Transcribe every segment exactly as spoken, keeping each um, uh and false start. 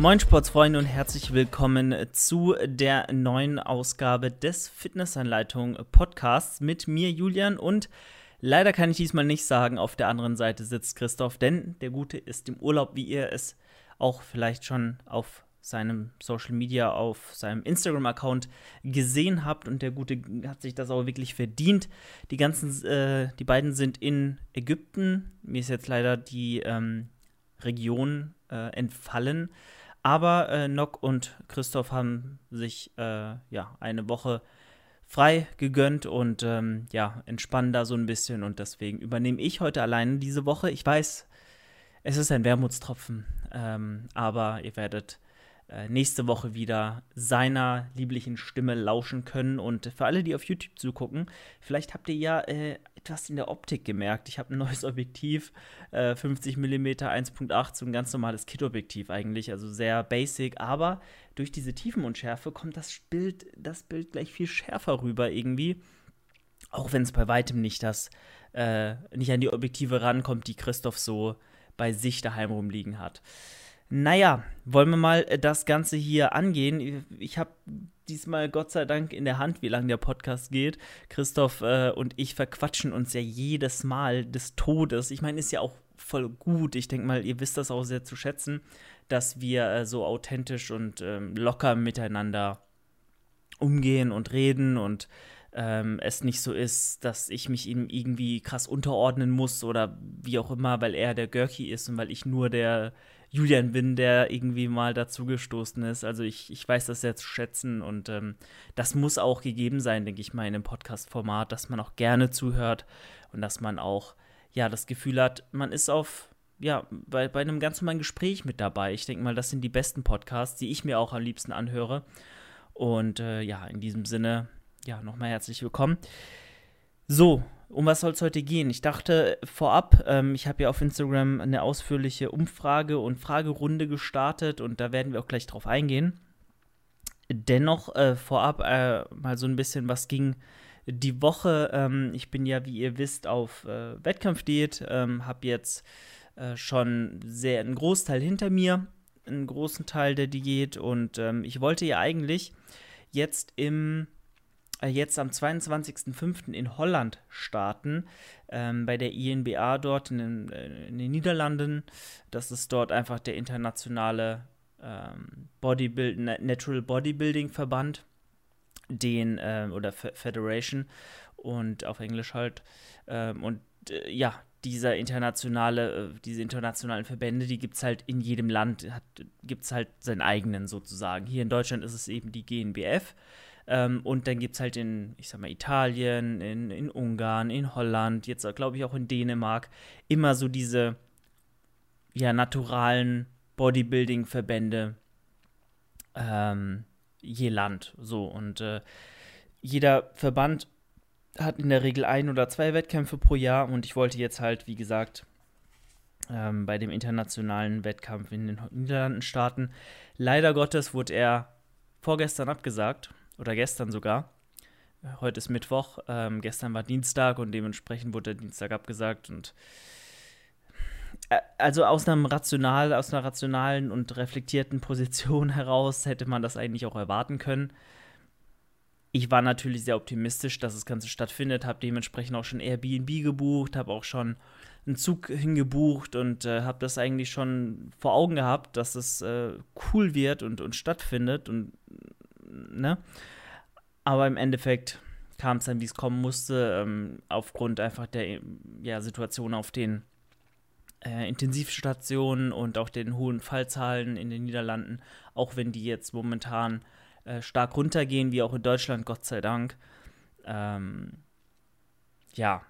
Moin Sportsfreunde und herzlich willkommen zu der neuen Ausgabe des Fitnessanleitung Podcasts mit mir Julian und leider kann ich diesmal nicht sagen, auf der anderen Seite sitzt Christoph, denn der Gute ist im Urlaub, wie ihr es auch vielleicht schon auf seinem Social Media, auf seinem Instagram-Account gesehen habt und der Gute hat sich das auch wirklich verdient. Die ganzen, äh, die beiden sind in Ägypten, mir ist jetzt leider die ähm, Region äh, entfallen. Aber äh, Nock und Christoph haben sich äh, ja, eine Woche frei gegönnt und ähm, ja, entspannen da so ein bisschen. Und deswegen übernehme ich heute alleine diese Woche. Ich weiß, es ist ein Wermutstropfen, ähm, aber ihr werdet äh, nächste Woche wieder seiner lieblichen Stimme lauschen können. Und für alle, die auf YouTube zugucken, vielleicht habt ihr ja äh, etwas in der Optik gemerkt. Ich habe ein neues Objektiv, äh, fünfzig Millimeter eins Komma acht, so ein ganz normales Kit-Objektiv eigentlich, also sehr basic, aber durch diese Tiefenunschärfe kommt das Bild, das Bild gleich viel schärfer rüber irgendwie, auch wenn es bei weitem nicht das, äh, nicht an die Objektive rankommt, die Christoph so bei sich daheim rumliegen hat. Naja, wollen wir mal das Ganze hier angehen. Ich habe diesmal Gott sei Dank in der Hand, wie lange der Podcast geht. Christoph äh, und ich verquatschen uns ja jedes Mal des Todes. Ich meine, ist ja auch voll gut. Ich denke mal, ihr wisst das auch sehr zu schätzen, dass wir äh, so authentisch und ähm, locker miteinander umgehen und reden und ähm, es nicht so ist, dass ich mich ihm irgendwie krass unterordnen muss oder wie auch immer, weil er der Görki ist und weil ich nur der Julian bin, der irgendwie mal dazugestoßen ist. Also ich, ich weiß das sehr zu schätzen und ähm, das muss auch gegeben sein, denke ich mal, in einem Podcast-Format, dass man auch gerne zuhört und dass man auch, ja, das Gefühl hat, man ist auf, ja, bei, bei einem ganz normalen Gespräch mit dabei. Ich denke mal, das sind die besten Podcasts, die ich mir auch am liebsten anhöre. Und äh, ja, in diesem Sinne, ja, nochmal herzlich willkommen. So, um was soll es heute gehen? Ich dachte vorab, ähm, ich habe ja auf Instagram eine ausführliche Umfrage und Fragerunde gestartet und da werden wir auch gleich drauf eingehen. Dennoch äh, vorab äh, mal so ein bisschen, was ging die Woche. Ähm, ich bin ja, wie ihr wisst, auf äh, Wettkampfdiät, ähm, habe jetzt äh, schon sehr einen Großteil hinter mir, einen großen Teil der Diät und ähm, ich wollte ja eigentlich jetzt im jetzt am zweiundzwanzigsten fünften in Holland starten, ähm, bei der I N B A dort in den, in den Niederlanden. Das ist dort einfach der internationale ähm, Bodybuild, Natural Bodybuilding Verband, den, äh, oder F- Federation und auf Englisch halt. Ähm, und äh, ja, dieser internationale, äh, diese internationalen Verbände, die gibt es halt in jedem Land, gibt es halt seinen eigenen sozusagen. Hier in Deutschland ist es eben die G N B F. Ähm, und dann gibt es halt in, ich sag mal, Italien, in, in Ungarn, in Holland, jetzt glaube ich auch in Dänemark, immer so diese, ja, naturalen Bodybuilding-Verbände, ähm, je Land, so. Und äh, jeder Verband hat in der Regel ein oder zwei Wettkämpfe pro Jahr und ich wollte jetzt halt, wie gesagt, ähm, bei dem internationalen Wettkampf in den Niederlanden starten. Leider Gottes wurde er vorgestern abgesagt. Oder gestern sogar. Heute ist Mittwoch, ähm, gestern war Dienstag und dementsprechend wurde der Dienstag abgesagt. Und äh, also aus einem rational, aus einer rationalen und reflektierten Position heraus hätte man das eigentlich auch erwarten können. Ich war natürlich sehr optimistisch, dass das Ganze stattfindet, habe dementsprechend auch schon Airbnb gebucht, habe auch schon einen Zug hingebucht und äh, habe das eigentlich schon vor Augen gehabt, dass es äh, cool wird und, und stattfindet und ne? Aber im Endeffekt kam es dann, wie es kommen musste, ähm, aufgrund einfach der ja, Situation auf den äh, Intensivstationen und auch den hohen Fallzahlen in den Niederlanden, auch wenn die jetzt momentan äh, stark runtergehen, wie auch in Deutschland, Gott sei Dank, ähm, ja,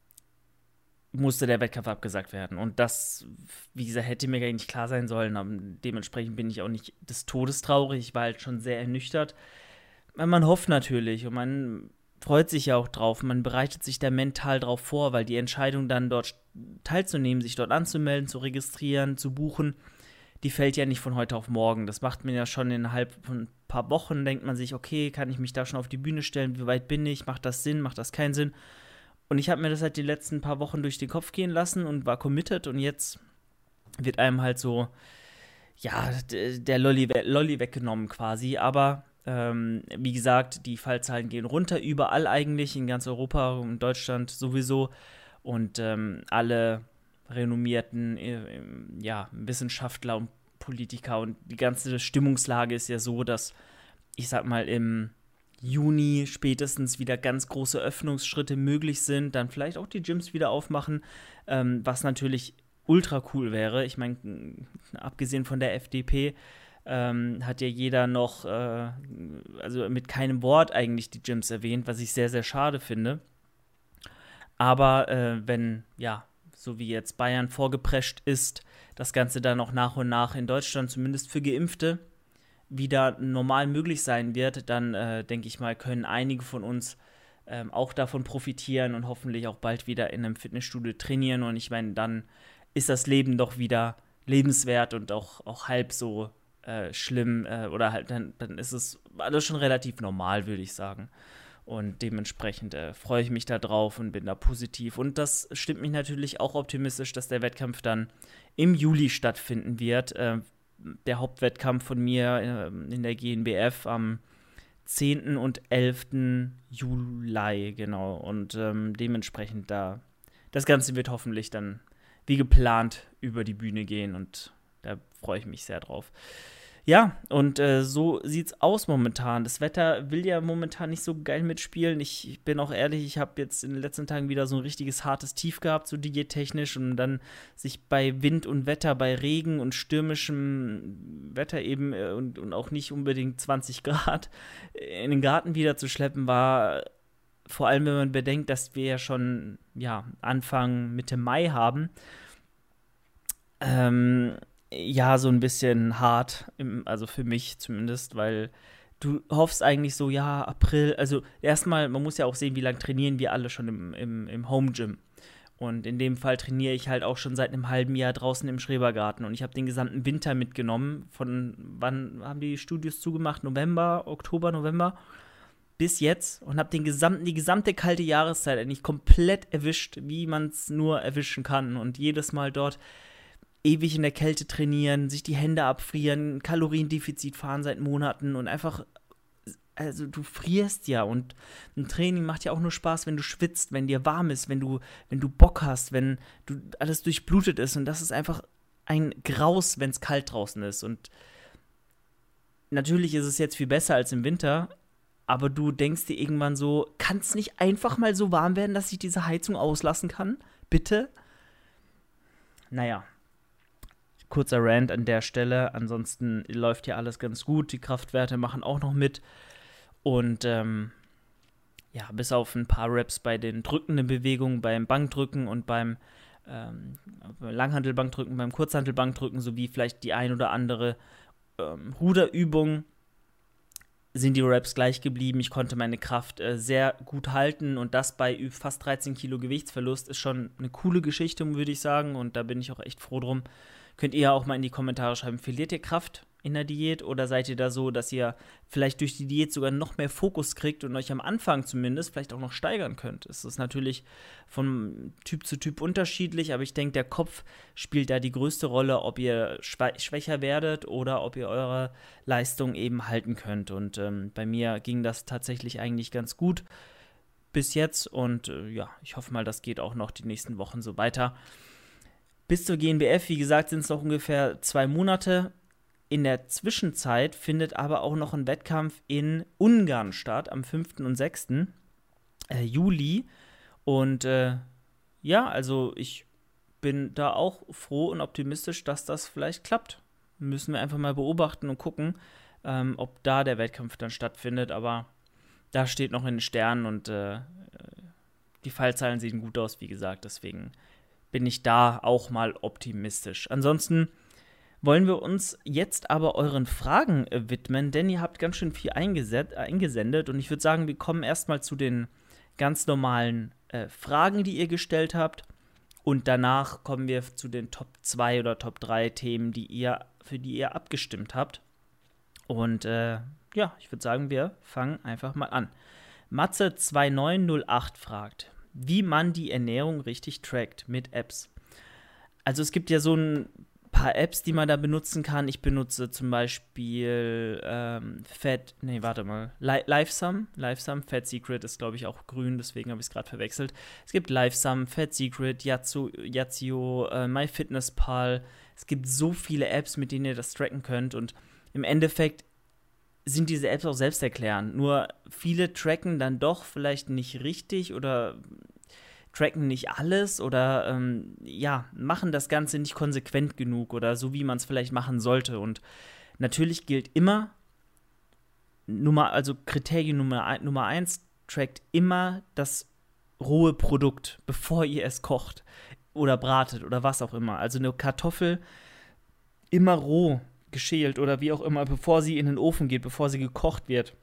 musste der Wettkampf abgesagt werden. Und das, wie gesagt, hätte mir gar nicht klar sein sollen. Aber dementsprechend bin ich auch nicht des Todes traurig. Ich war halt schon sehr ernüchtert. Man hofft natürlich und man freut sich ja auch drauf. Man bereitet sich da mental drauf vor, weil die Entscheidung dann dort teilzunehmen, sich dort anzumelden, zu registrieren, zu buchen, die fällt ja nicht von heute auf morgen. Das macht man ja schon innerhalb von ein paar Wochen. Denkt man sich, okay, kann ich mich da schon auf die Bühne stellen? Wie weit bin ich? Macht das Sinn? Macht das keinen Sinn? Und ich habe mir das halt die letzten paar Wochen durch den Kopf gehen lassen und war committed und jetzt wird einem halt so, ja, d- der Lolli, we- Lolli weggenommen quasi. Aber ähm, wie gesagt, die Fallzahlen gehen runter, überall eigentlich, in ganz Europa und Deutschland sowieso. Und ähm, alle renommierten äh, ähm, ja, Wissenschaftler und Politiker und die ganze Stimmungslage ist ja so, dass, ich sag mal, im Juni spätestens wieder ganz große Öffnungsschritte möglich sind, dann vielleicht auch die Gyms wieder aufmachen, ähm, was natürlich ultra cool wäre. Ich meine, abgesehen von der F D P ähm, hat ja jeder noch, äh, also mit keinem Wort eigentlich die Gyms erwähnt, was ich sehr, sehr schade finde. Aber äh, wenn, ja, so wie jetzt Bayern vorgeprescht ist, das Ganze dann auch nach und nach in Deutschland, zumindest für Geimpfte, wieder normal möglich sein wird, dann äh, denke ich mal, können einige von uns ähm, auch davon profitieren und hoffentlich auch bald wieder in einem Fitnessstudio trainieren. Und ich meine, dann ist das Leben doch wieder lebenswert und auch, auch halb so äh, schlimm äh, oder halt dann, dann ist es alles schon relativ normal, würde ich sagen. Und dementsprechend äh, freue ich mich da drauf und bin da positiv. Und das stimmt mich natürlich auch optimistisch, dass der Wettkampf dann im Juli stattfinden wird. Äh, der Hauptwettkampf von mir äh, in der G N B F am zehnten und elften Juli, genau. Und ähm, dementsprechend da, das Ganze wird hoffentlich dann wie geplant über die Bühne gehen und da freue ich mich sehr drauf. Ja, und äh, so sieht's aus momentan. Das Wetter will ja momentan nicht so geil mitspielen. Ich, ich bin auch ehrlich, ich habe jetzt in den letzten Tagen wieder so ein richtiges hartes Tief gehabt, so diättechnisch. Und dann sich bei Wind und Wetter, bei Regen und stürmischem Wetter eben äh, und, und auch nicht unbedingt zwanzig Grad in den Garten wieder zu schleppen, war vor allem, wenn man bedenkt, dass wir ja schon ja, Anfang, Mitte Mai haben. Ähm, ja, so ein bisschen hart, im, also für mich zumindest, weil du hoffst eigentlich so, ja, April, also erstmal, man muss ja auch sehen, wie lange trainieren wir alle schon im, im, im Home Gym. Und in dem Fall trainiere ich halt auch schon seit einem halben Jahr draußen im Schrebergarten. Und ich habe den gesamten Winter mitgenommen. Von wann haben die Studios zugemacht? November, Oktober, November? Bis jetzt. Und habe den gesamten, die gesamte kalte Jahreszeit eigentlich komplett erwischt, wie man es nur erwischen kann. Und jedes Mal dort ewig in der Kälte trainieren, sich die Hände abfrieren, Kaloriendefizit fahren seit Monaten und einfach, also du frierst ja und ein Training macht ja auch nur Spaß, wenn du schwitzt, wenn dir warm ist, wenn du, wenn du Bock hast, wenn du alles durchblutet ist und das ist einfach ein Graus, wenn es kalt draußen ist und natürlich ist es jetzt viel besser als im Winter, aber du denkst dir irgendwann so, kann es nicht einfach mal so warm werden, dass ich diese Heizung auslassen kann? Bitte? Naja. Kurzer Rant an der Stelle. Ansonsten läuft hier alles ganz gut. Die Kraftwerte machen auch noch mit. Und ähm, ja, bis auf ein paar Reps bei den drückenden Bewegungen, beim Bankdrücken und beim ähm, Langhantelbankdrücken, beim Kurzhantelbankdrücken sowie vielleicht die ein oder andere ähm, Ruderübung sind die Reps gleich geblieben. Ich konnte meine Kraft äh, sehr gut halten und das bei fast dreizehn Kilo Gewichtsverlust ist schon eine coole Geschichte, würde ich sagen. Und da bin ich auch echt froh drum. Könnt ihr auch mal in die Kommentare schreiben, verliert ihr Kraft in der Diät oder seid ihr da so, dass ihr vielleicht durch die Diät sogar noch mehr Fokus kriegt und euch am Anfang zumindest vielleicht auch noch steigern könnt. Es ist natürlich von Typ zu Typ unterschiedlich, aber ich denke, der Kopf spielt da die größte Rolle, ob ihr schwächer werdet oder ob ihr eure Leistung eben halten könnt. Und ähm, bei mir ging das tatsächlich eigentlich ganz gut bis jetzt und äh, ja, ich hoffe mal, das geht auch noch die nächsten Wochen so weiter. Bis zur G N B F, wie gesagt, sind es noch ungefähr zwei Monate. In der Zwischenzeit findet aber auch noch ein Wettkampf in Ungarn statt, am fünften und sechsten Juli. Und äh, ja, also ich bin da auch froh und optimistisch, dass das vielleicht klappt. Müssen wir einfach mal beobachten und gucken, ähm, ob da der Wettkampf dann stattfindet. Aber da steht noch in den Sternen und äh, die Fallzahlen sehen gut aus, wie gesagt. Deswegen bin ich da auch mal optimistisch. Ansonsten wollen wir uns jetzt aber euren Fragen äh, widmen, denn ihr habt ganz schön viel eingeset- eingesendet und ich würde sagen, wir kommen erstmal zu den ganz normalen äh, Fragen, die ihr gestellt habt und danach kommen wir zu den Top zwei oder Top drei Themen, die ihr, für die ihr abgestimmt habt. Und äh, ja, ich würde sagen, wir fangen einfach mal an. Matze zwei neun null acht fragt, wie man die Ernährung richtig trackt mit Apps. Also es gibt ja so ein paar Apps, die man da benutzen kann. Ich benutze zum Beispiel ähm, Fat, nee, warte mal, Li- Livesum, Livesum, Fat Secret ist, glaube ich, auch grün, deswegen habe ich es gerade verwechselt. Es gibt Livesum, Fat Secret, Yazoo, Yazio, äh, MyFitnessPal. Es gibt so viele Apps, mit denen ihr das tracken könnt und im Endeffekt sind diese Apps auch selbsterklärend. Nur viele tracken dann doch vielleicht nicht richtig oder tracken nicht alles oder ähm, ja, machen das Ganze nicht konsequent genug oder so, wie man es vielleicht machen sollte. Und natürlich gilt immer, Nummer, also Kriterium Nummer, ein, Nummer eins, trackt immer das rohe Produkt, bevor ihr es kocht oder bratet oder was auch immer. Also eine Kartoffel immer roh geschält oder wie auch immer, bevor sie in den Ofen geht, bevor sie gekocht wird.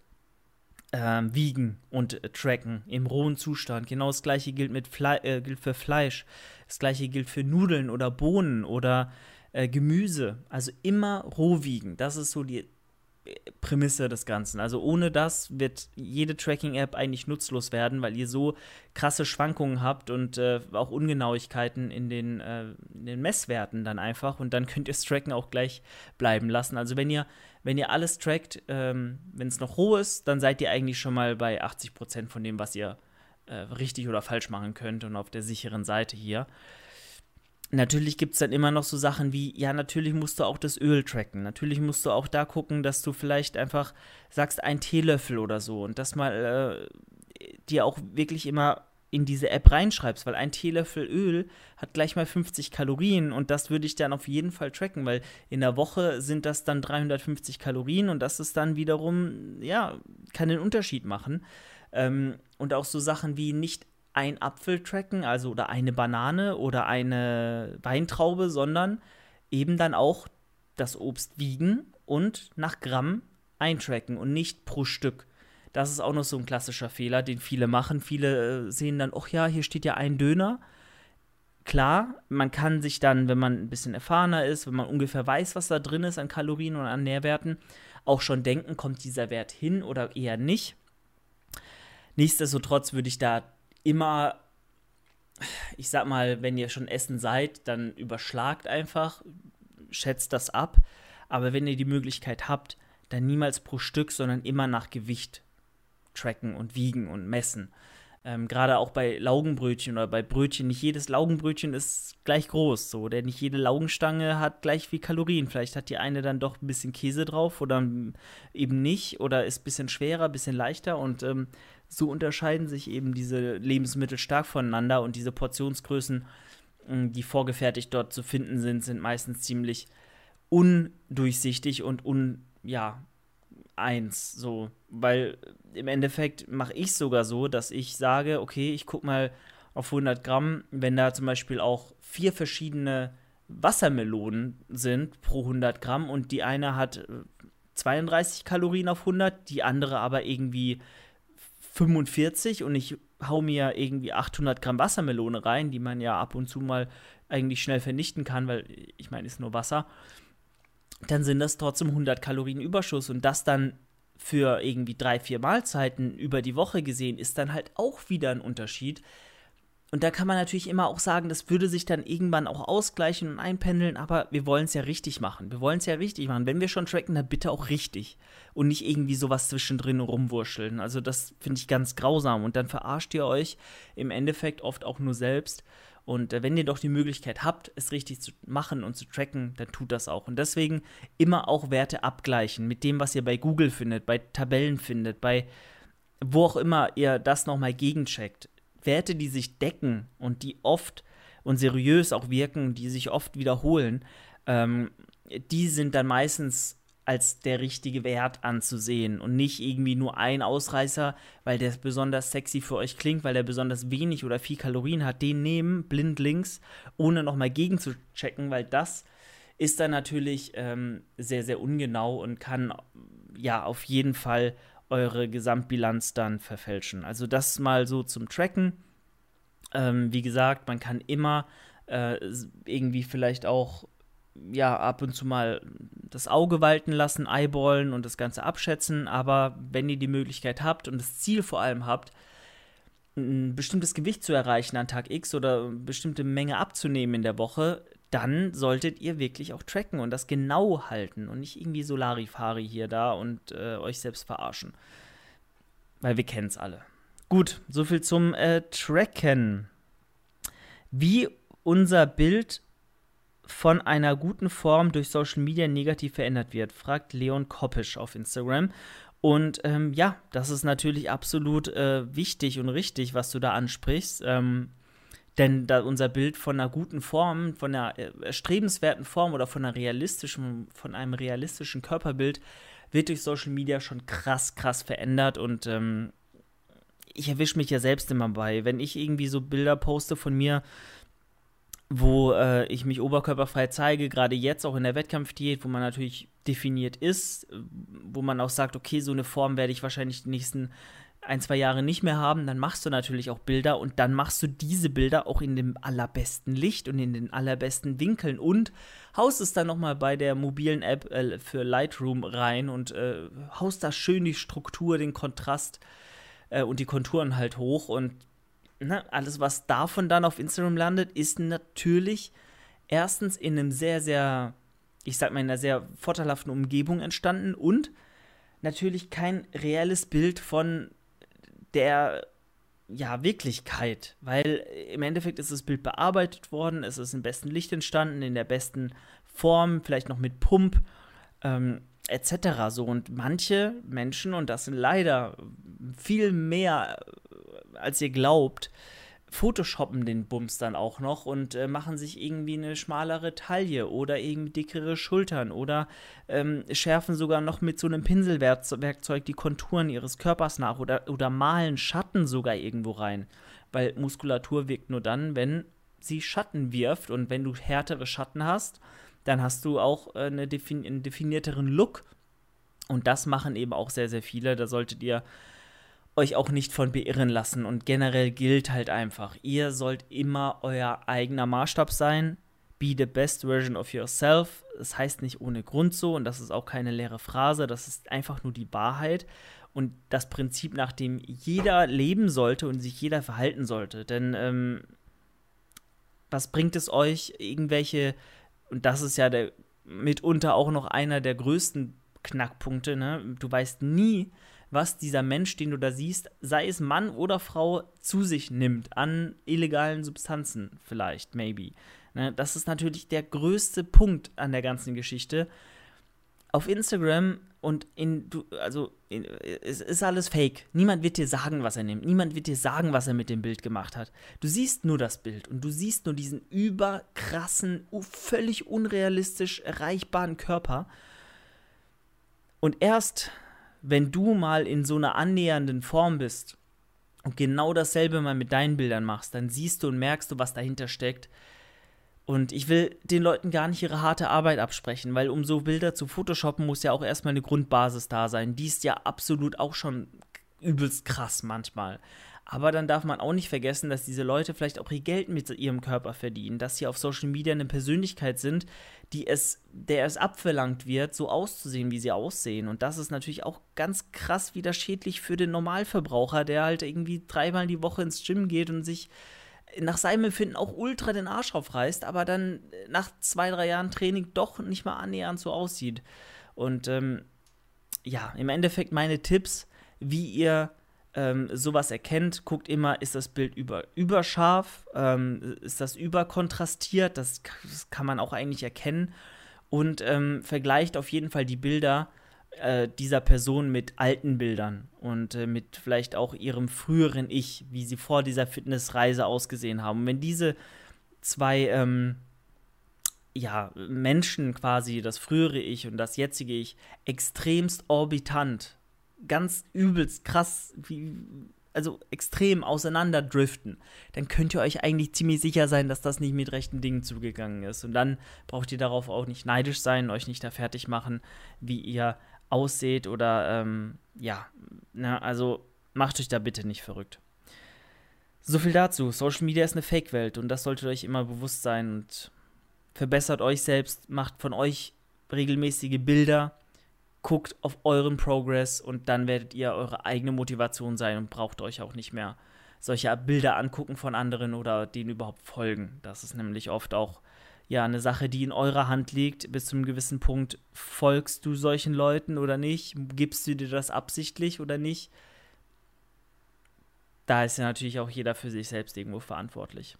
Ähm, wiegen und äh, tracken im rohen Zustand. Genau das gleiche gilt, mit Fle- äh, gilt für Fleisch. Das gleiche gilt für Nudeln oder Bohnen oder äh, Gemüse. Also immer roh wiegen. Das ist so die äh, Prämisse des Ganzen. Also ohne das wird jede Tracking-App eigentlich nutzlos werden, weil ihr so krasse Schwankungen habt und äh, auch Ungenauigkeiten in den, äh, in den Messwerten dann einfach. Und dann könnt ihr das Tracken auch gleich bleiben lassen. Also wenn ihr Wenn ihr alles trackt, ähm, wenn es noch roh ist, dann seid ihr eigentlich schon mal bei achtzig Prozent von dem, was ihr äh, richtig oder falsch machen könnt und auf der sicheren Seite hier. Natürlich gibt es dann immer noch so Sachen wie, ja, natürlich musst du auch das Öl tracken. Natürlich musst du auch da gucken, dass du vielleicht einfach sagst, ein Teelöffel oder so und das mal äh, dir auch wirklich immer in diese App reinschreibst, weil ein Teelöffel Öl hat gleich mal fünfzig Kalorien und das würde ich dann auf jeden Fall tracken, weil in der Woche sind das dann dreihundertfünfzig Kalorien und das ist dann wiederum, ja, kann den Unterschied machen. Ähm, und auch so Sachen wie nicht ein Apfel tracken, also oder eine Banane oder eine Weintraube, sondern eben dann auch das Obst wiegen und nach Gramm eintracken und nicht pro Stück. Das ist auch noch so ein klassischer Fehler, den viele machen. Viele äh, sehen dann, ach ja, hier steht ja ein Döner. Klar, man kann sich dann, wenn man ein bisschen erfahrener ist, wenn man ungefähr weiß, was da drin ist an Kalorien und an Nährwerten, auch schon denken, kommt dieser Wert hin oder eher nicht. Nichtsdestotrotz würde ich da immer, ich sag mal, wenn ihr schon essen seid, dann überschlagt einfach, schätzt das ab. Aber wenn ihr die Möglichkeit habt, dann niemals pro Stück, sondern immer nach Gewicht tracken und wiegen und messen. Ähm, Gerade auch bei Laugenbrötchen oder bei Brötchen. Nicht jedes Laugenbrötchen ist gleich groß, so. Denn nicht jede Laugenstange hat gleich viel Kalorien. Vielleicht hat die eine dann doch ein bisschen Käse drauf oder eben nicht oder ist ein bisschen schwerer, ein bisschen leichter. Und ähm, so unterscheiden sich eben diese Lebensmittel stark voneinander. Und diese Portionsgrößen, mh, die vorgefertigt dort zu finden sind, sind meistens ziemlich undurchsichtig und un, ja, eins, so, weil im Endeffekt mache ich sogar so, dass ich sage, okay, ich gucke mal auf hundert Gramm, wenn da zum Beispiel auch vier verschiedene Wassermelonen sind pro hundert Gramm und die eine hat zweiunddreißig Kalorien auf hundert, die andere aber irgendwie fünfundvierzig und ich hau mir irgendwie achthundert Gramm Wassermelone rein, die man ja ab und zu mal eigentlich schnell vernichten kann, weil ich meine, ist nur Wasser, dann sind das trotzdem hundert Kalorien Überschuss und das dann für irgendwie drei, vier Mahlzeiten über die Woche gesehen, ist dann halt auch wieder ein Unterschied. Und da kann man natürlich immer auch sagen, das würde sich dann irgendwann auch ausgleichen und einpendeln, aber wir wollen es ja richtig machen. Wir wollen es ja richtig machen. Wenn wir schon tracken, dann bitte auch richtig und nicht irgendwie sowas zwischendrin rumwurscheln. Also das finde ich ganz grausam und dann verarscht ihr euch im Endeffekt oft auch nur selbst. Und äh, wenn ihr doch die Möglichkeit habt, es richtig zu machen und zu tracken, dann tut das auch. Und deswegen immer auch Werte abgleichen mit dem, was ihr bei Google findet, bei Tabellen findet, bei wo auch immer ihr das nochmal gegencheckt. Werte, die sich decken und die oft und seriös auch wirken, die sich oft wiederholen, ähm, die sind dann meistens als der richtige Wert anzusehen und nicht irgendwie nur ein Ausreißer, weil der besonders sexy für euch klingt, weil der besonders wenig oder viel Kalorien hat, den nehmen, blind links, ohne nochmal gegen zu checken, weil das ist dann natürlich ähm, sehr, sehr ungenau und kann ja auf jeden Fall eure Gesamtbilanz dann verfälschen. Also das mal so zum Tracken. Ähm, wie gesagt, man kann immer äh, irgendwie vielleicht auch ja, ab und zu mal das Auge walten lassen, eyeballen und das Ganze abschätzen, aber wenn ihr die Möglichkeit habt und das Ziel vor allem habt, ein bestimmtes Gewicht zu erreichen an Tag X oder eine bestimmte Menge abzunehmen in der Woche, dann solltet ihr wirklich auch tracken und das genau halten und nicht irgendwie Solarifari hier da und äh, euch selbst verarschen. Weil wir kennen es alle. Gut, soviel zum äh, Tracken. Wie unser Bild von einer guten Form durch Social Media negativ verändert wird, fragt Leon Koppisch auf Instagram. Und ähm, ja, das ist natürlich absolut äh, wichtig und richtig, was du da ansprichst. Ähm, denn da unser Bild von einer guten Form, von einer äh, erstrebenswerten Form oder von einer realistischen, von einem realistischen Körperbild wird durch Social Media schon krass, krass verändert. Und ähm, ich erwische mich ja selbst immer bei, wenn ich irgendwie so Bilder poste von mir, wo äh, ich mich oberkörperfrei zeige, gerade jetzt auch in der Wettkampfdiät, wo man natürlich definiert ist, wo man auch sagt, okay, so eine Form werde ich wahrscheinlich die nächsten ein, zwei Jahre nicht mehr haben, dann machst du natürlich auch Bilder und dann machst du diese Bilder auch in dem allerbesten Licht und in den allerbesten Winkeln und haust es dann nochmal bei der mobilen App äh, für Lightroom rein und äh, haust da schön die Struktur, den Kontrast äh, und die Konturen halt hoch und ne, alles, was davon dann auf Instagram landet, ist natürlich erstens in einem sehr, sehr, ich sag mal, in einer sehr vorteilhaften Umgebung entstanden und natürlich kein reelles Bild von der ja, Wirklichkeit, weil im Endeffekt ist das Bild bearbeitet worden, es ist im besten Licht entstanden, in der besten Form, vielleicht noch mit Pump, ähm, et cetera. So, und manche Menschen, und das sind leider viel mehr, als ihr glaubt, photoshoppen den Bums dann auch noch und äh, machen sich irgendwie eine schmalere Taille oder irgendwie dickere Schultern oder ähm, schärfen sogar noch mit so einem Pinselwerkzeug die Konturen ihres Körpers nach oder, oder malen Schatten sogar irgendwo rein, weil Muskulatur wirkt nur dann, wenn sie Schatten wirft und wenn du härtere Schatten hast, dann hast du auch äh, eine defin- einen definierteren Look und das machen eben auch sehr, sehr viele, da solltet ihr euch auch nicht von beirren lassen und generell gilt halt einfach, ihr sollt immer euer eigener Maßstab sein, be the best version of yourself, das heißt nicht ohne Grund so und das ist auch keine leere Phrase, das ist einfach nur die Wahrheit und das Prinzip, nach dem jeder leben sollte und sich jeder verhalten sollte, denn ähm, was bringt es euch, irgendwelche, und das ist ja der, mitunter auch noch einer der größten Knackpunkte, ne? Du weißt nie, was dieser Mensch, den du da siehst, sei es Mann oder Frau, zu sich nimmt an illegalen Substanzen vielleicht, maybe. Ne, das ist natürlich der größte Punkt an der ganzen Geschichte. Auf Instagram und in, du, also, in, es ist alles fake. Niemand wird dir sagen, was er nimmt. Niemand wird dir sagen, was er mit dem Bild gemacht hat. Du siehst nur das Bild und du siehst nur diesen überkrassen, völlig unrealistisch erreichbaren Körper. Und erst wenn du mal in so einer annähernden Form bist und genau dasselbe mal mit deinen Bildern machst, dann siehst du und merkst du, was dahinter steckt. Und ich will den Leuten gar nicht ihre harte Arbeit absprechen, weil um so Bilder zu photoshoppen, muss ja auch erstmal eine Grundbasis da sein. Die ist ja absolut auch schon übelst krass manchmal. Aber dann darf man auch nicht vergessen, dass diese Leute vielleicht auch ihr Geld mit ihrem Körper verdienen, dass sie auf Social Media eine Persönlichkeit sind, die es, der es abverlangt wird, so auszusehen, wie sie aussehen. Und das ist natürlich auch ganz krass wieder schädlich für den Normalverbraucher, der halt irgendwie dreimal die Woche ins Gym geht und sich nach seinem Empfinden auch ultra den Arsch aufreißt, aber dann nach zwei, drei Jahren Training doch nicht mal annähernd so aussieht. Und ähm, ja, im Endeffekt meine Tipps, wie ihr ähm, sowas erkennt, guckt immer, ist das Bild über, überscharf, ähm, ist das überkontrastiert, das, das kann man auch eigentlich erkennen und ähm, vergleicht auf jeden Fall die Bilder äh, dieser Person mit alten Bildern und äh, mit vielleicht auch ihrem früheren Ich, wie sie vor dieser Fitnessreise ausgesehen haben. Und wenn diese zwei ähm, ja, Menschen quasi, das frühere Ich und das jetzige Ich, extremst orbitant, ganz übelst krass, wie, also extrem auseinanderdriften, dann könnt ihr euch eigentlich ziemlich sicher sein, dass das nicht mit rechten Dingen zugegangen ist. Und dann braucht ihr darauf auch nicht neidisch sein, euch nicht da fertig machen, wie ihr ausseht oder, ähm, ja, na, also macht euch da bitte nicht verrückt. So viel dazu. Social Media ist eine Fake-Welt und das solltet euch immer bewusst sein und verbessert euch selbst, macht von euch regelmäßige Bilder, guckt auf euren Progress und dann werdet ihr eure eigene Motivation sein und braucht euch auch nicht mehr solche Bilder angucken von anderen oder denen überhaupt folgen. Das ist nämlich oft auch, ja eine Sache, die in eurer Hand liegt. Bis zu einem gewissen Punkt folgst du solchen Leuten oder nicht? Gibst du dir das absichtlich oder nicht? Da ist ja natürlich auch jeder für sich selbst irgendwo verantwortlich.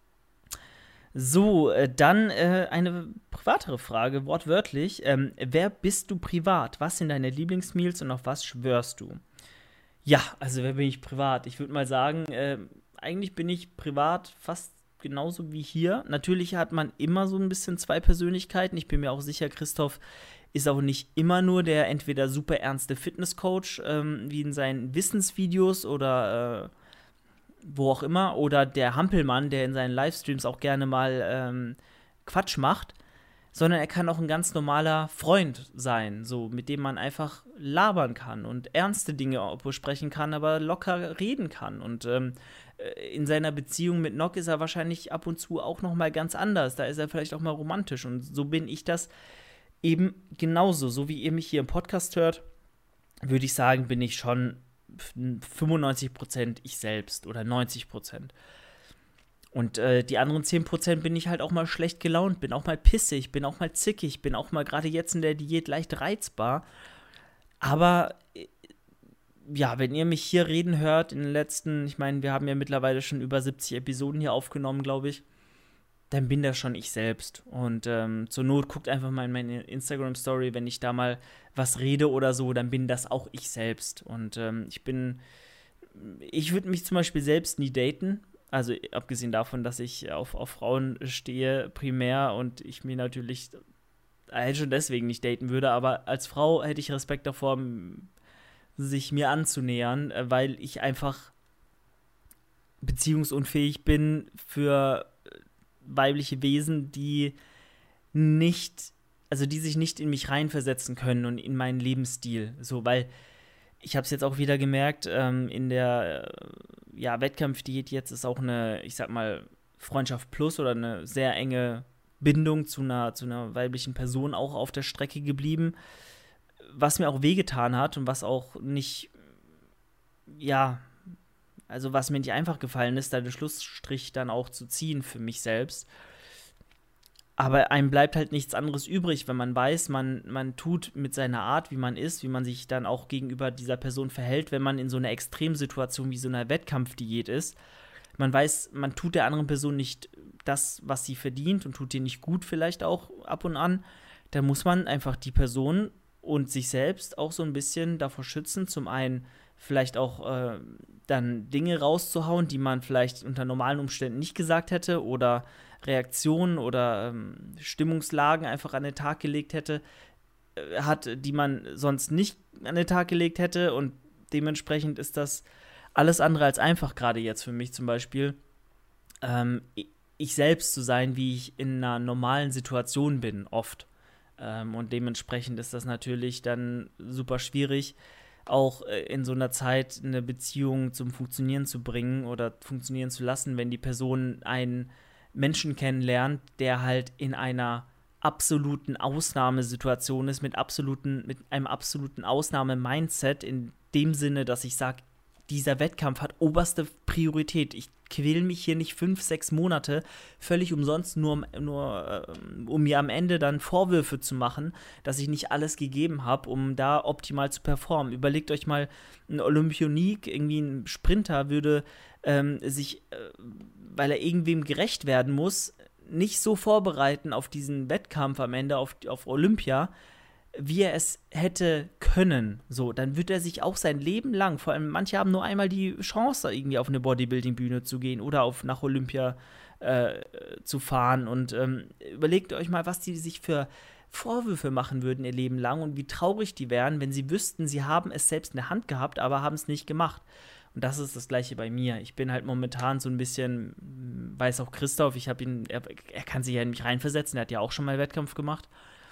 So, äh, dann äh, eine privatere Frage, wortwörtlich. Ähm, wer bist du privat? Was sind deine Lieblingsmeals und auf was schwörst du? Ja, also wer bin ich privat? Ich würde mal sagen, äh, eigentlich bin ich privat fast genauso wie hier. Natürlich hat man immer so ein bisschen zwei Persönlichkeiten. Ich bin mir auch sicher, Christoph ist auch nicht immer nur der entweder super ernste Fitnesscoach, ähm, wie in seinen Wissensvideos oder äh, wo auch immer, oder der Hampelmann, der in seinen Livestreams auch gerne mal ähm, Quatsch macht, sondern er kann auch ein ganz normaler Freund sein, so mit dem man einfach labern kann und ernste Dinge besprechen kann, aber locker reden kann. Und ähm, in seiner Beziehung mit Nock ist er wahrscheinlich ab und zu auch noch mal ganz anders. Da ist er vielleicht auch mal romantisch. Und so bin ich das eben genauso. So wie ihr mich hier im Podcast hört, würde ich sagen, bin ich schon fünfundneunzig Prozent ich selbst oder neunzig Prozent. Und äh, die anderen zehn Prozent bin ich halt auch mal schlecht gelaunt, bin auch mal pissig, bin auch mal zickig, bin auch mal gerade jetzt in der Diät leicht reizbar. Aber äh, ja, wenn ihr mich hier reden hört in den letzten, ich meine, wir haben ja mittlerweile schon über siebzig Episoden hier aufgenommen, glaube ich, dann bin das schon ich selbst. Und ähm, zur Not guckt einfach mal in meine Instagram-Story, wenn ich da mal was rede oder so, dann bin das auch ich selbst. Und ähm, ich bin, ich würde mich zum Beispiel selbst nie daten. Also abgesehen davon, dass ich auf, auf Frauen stehe primär und ich mir natürlich halt schon deswegen nicht daten würde, aber als Frau hätte ich Respekt davor, sich mir anzunähern, weil ich einfach beziehungsunfähig bin für weibliche Wesen, die nicht, also die sich nicht in mich reinversetzen können und in meinen Lebensstil. So, weil ich habe es jetzt auch wieder gemerkt, ähm, in der äh, ja, Wettkampfdiät jetzt ist auch eine, ich sag mal, Freundschaft plus oder eine sehr enge Bindung zu einer, zu einer weiblichen Person auch auf der Strecke geblieben, was mir auch wehgetan hat und was auch nicht, ja, also was mir nicht einfach gefallen ist, da den Schlussstrich dann auch zu ziehen für mich selbst. Aber einem bleibt halt nichts anderes übrig, wenn man weiß, man, man tut mit seiner Art, wie man ist, wie man sich dann auch gegenüber dieser Person verhält, wenn man in so einer Extremsituation wie so einer Wettkampfdiät ist. Man weiß, man tut der anderen Person nicht das, was sie verdient und tut ihr nicht gut vielleicht auch ab und an. Da muss man einfach die Person und sich selbst auch so ein bisschen davor schützen, zum einen vielleicht auch äh, dann Dinge rauszuhauen, die man vielleicht unter normalen Umständen nicht gesagt hätte oder Reaktionen oder ähm, Stimmungslagen einfach an den Tag gelegt hätte, äh, hat, die man sonst nicht an den Tag gelegt hätte, und dementsprechend ist das alles andere als einfach, gerade jetzt für mich zum Beispiel, ähm, ich selbst zu sein, wie ich in einer normalen Situation bin, oft. Ähm, und dementsprechend ist das natürlich dann super schwierig, auch äh, in so einer Zeit eine Beziehung zum Funktionieren zu bringen oder funktionieren zu lassen, wenn die Person einen Menschen kennenlernt, der halt in einer absoluten Ausnahmesituation ist, mit absoluten, mit einem absoluten Ausnahme-Mindset, in dem Sinne, dass ich sage, dieser Wettkampf hat oberste Priorität. Ich quäle mich hier nicht fünf, sechs Monate völlig umsonst, nur, nur äh, um mir am Ende dann Vorwürfe zu machen, dass ich nicht alles gegeben habe, um da optimal zu performen. Überlegt euch mal, ein Olympionik, irgendwie ein Sprinter würde ähm, sich, äh, weil er irgendwem gerecht werden muss, nicht so vorbereiten auf diesen Wettkampf am Ende, auf, auf Olympia, wie er es hätte können. So, dann wird er sich auch sein Leben lang, vor allem manche haben nur einmal die Chance, irgendwie auf eine Bodybuilding-Bühne zu gehen oder auf nach Olympia äh, zu fahren, und ähm, überlegt euch mal, was die sich für Vorwürfe machen würden ihr Leben lang und wie traurig die wären, wenn sie wüssten, sie haben es selbst in der Hand gehabt, aber haben es nicht gemacht. Und das ist das Gleiche bei mir. Ich bin halt momentan so ein bisschen, weiß auch Christoph, ich habe ihn, er, er kann sich ja in mich reinversetzen, er hat ja auch schon mal Wettkampf gemacht.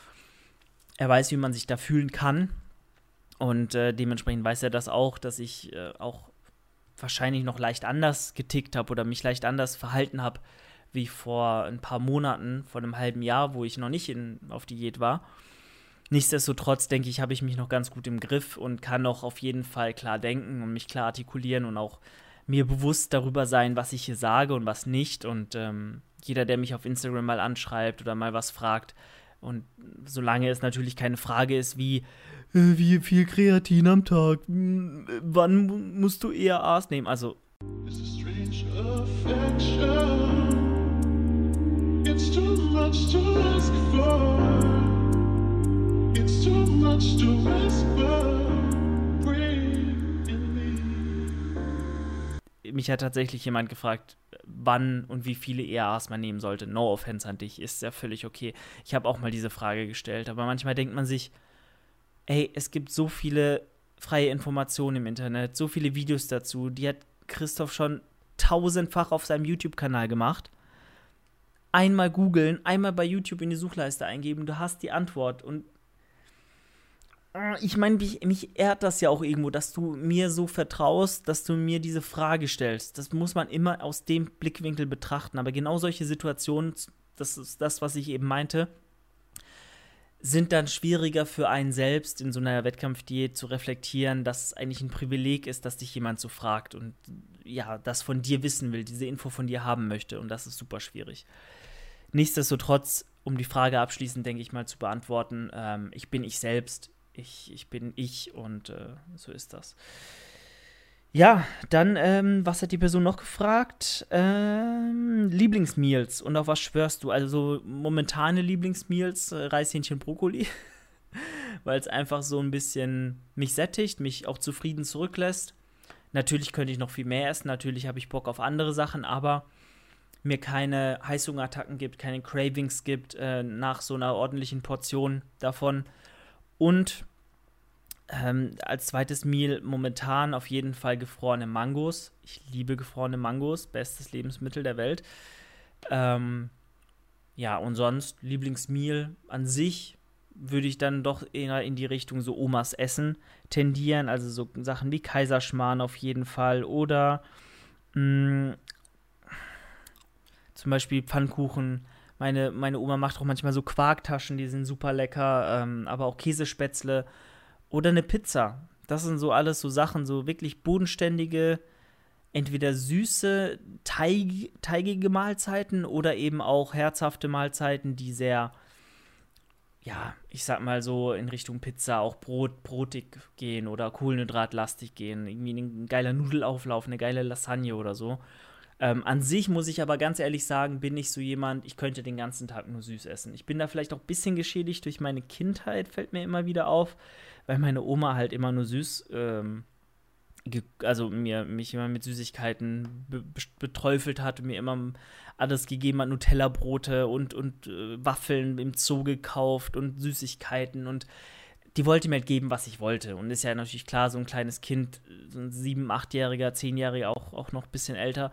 Er weiß, wie man sich da fühlen kann, und äh, dementsprechend weiß er das auch, dass ich äh, auch wahrscheinlich noch leicht anders getickt habe oder mich leicht anders verhalten habe, wie vor ein paar Monaten, vor einem halben Jahr, wo ich noch nicht in, auf Diät war. Nichtsdestotrotz, denke ich, habe ich mich noch ganz gut im Griff und kann auch auf jeden Fall klar denken und mich klar artikulieren und auch mir bewusst darüber sein, was ich hier sage und was nicht. Und ähm, jeder, der mich auf Instagram mal anschreibt oder mal was fragt. Und solange es natürlich keine Frage ist wie, äh, wie viel Kreatin am Tag, hm, wann mu- musst du E A As nehmen? Also, It's a strange affection. It's too much to ask for. It's too much to whisper. Breathe in me. mich hat tatsächlich jemand gefragt, wann und wie viele E A As man nehmen sollte. No offense an dich, ist ja völlig okay. Ich habe auch mal diese Frage gestellt, aber manchmal denkt man sich, ey, es gibt so viele freie Informationen im Internet, so viele Videos dazu, die hat Christoph schon tausendfach auf seinem YouTube-Kanal gemacht. Einmal googeln, einmal bei YouTube in die Suchleiste eingeben, du hast die Antwort. Und äh, ich meine, mich, mich ehrt das ja auch irgendwo, dass du mir so vertraust, dass du mir diese Frage stellst. Das muss man immer aus dem Blickwinkel betrachten. Aber genau solche Situationen, das ist das, was ich eben meinte, sind dann schwieriger für einen selbst in so einer Wettkampfdiät zu reflektieren, dass es eigentlich ein Privileg ist, dass dich jemand so fragt und ja, das von dir wissen will, diese Info von dir haben möchte, und das ist super schwierig. Nichtsdestotrotz, um die Frage abschließend, denke ich mal, zu beantworten, ähm, ich bin ich selbst, ich, ich bin ich und äh, so ist das. Ja, dann, ähm, was hat die Person noch gefragt? Ähm, Lieblingsmeals und auf was schwörst du? Also momentane Lieblingsmeals, äh, Reis, Hähnchen, Brokkoli, weil es einfach so ein bisschen mich sättigt, mich auch zufrieden zurücklässt. Natürlich könnte ich noch viel mehr essen, natürlich habe ich Bock auf andere Sachen, aber mir keine Heißhungerattacken gibt, keine Cravings gibt äh, nach so einer ordentlichen Portion davon. Und Ähm, als zweites Meal momentan auf jeden Fall gefrorene Mangos. Ich liebe gefrorene Mangos, bestes Lebensmittel der Welt. Ähm, ja, und sonst Lieblingsmeal an sich würde ich dann doch eher in die Richtung so Omas Essen tendieren. Also so Sachen wie Kaiserschmarrn auf jeden Fall. Oder mh, zum Beispiel Pfannkuchen. Meine, meine Oma macht auch manchmal so Quarktaschen, die sind super lecker. Ähm, aber auch Käsespätzle. Oder eine Pizza. Das sind so alles so Sachen, so wirklich bodenständige, entweder süße, teig, teigige Mahlzeiten oder eben auch herzhafte Mahlzeiten, die sehr, ja, ich sag mal so in Richtung Pizza, auch Brot, brotig gehen oder kohlenhydratlastig gehen. Irgendwie ein geiler Nudelauflauf, eine geile Lasagne oder so. Ähm, an sich muss ich aber ganz ehrlich sagen, bin ich so jemand, ich könnte den ganzen Tag nur süß essen. Ich bin da vielleicht auch ein bisschen geschädigt durch meine Kindheit, fällt mir immer wieder auf, weil meine Oma halt immer nur süß, ähm, ge- also mir, mich immer mit Süßigkeiten be be beträufelt hat und mir immer alles gegeben hat, Nutella-Brote und, und äh, Waffeln im Zoo gekauft und Süßigkeiten, und die wollte mir halt geben, was ich wollte. Und ist ja natürlich klar, so ein kleines Kind, so ein sieben-, achtjähriger, zehnjähriger, auch, auch noch ein bisschen älter,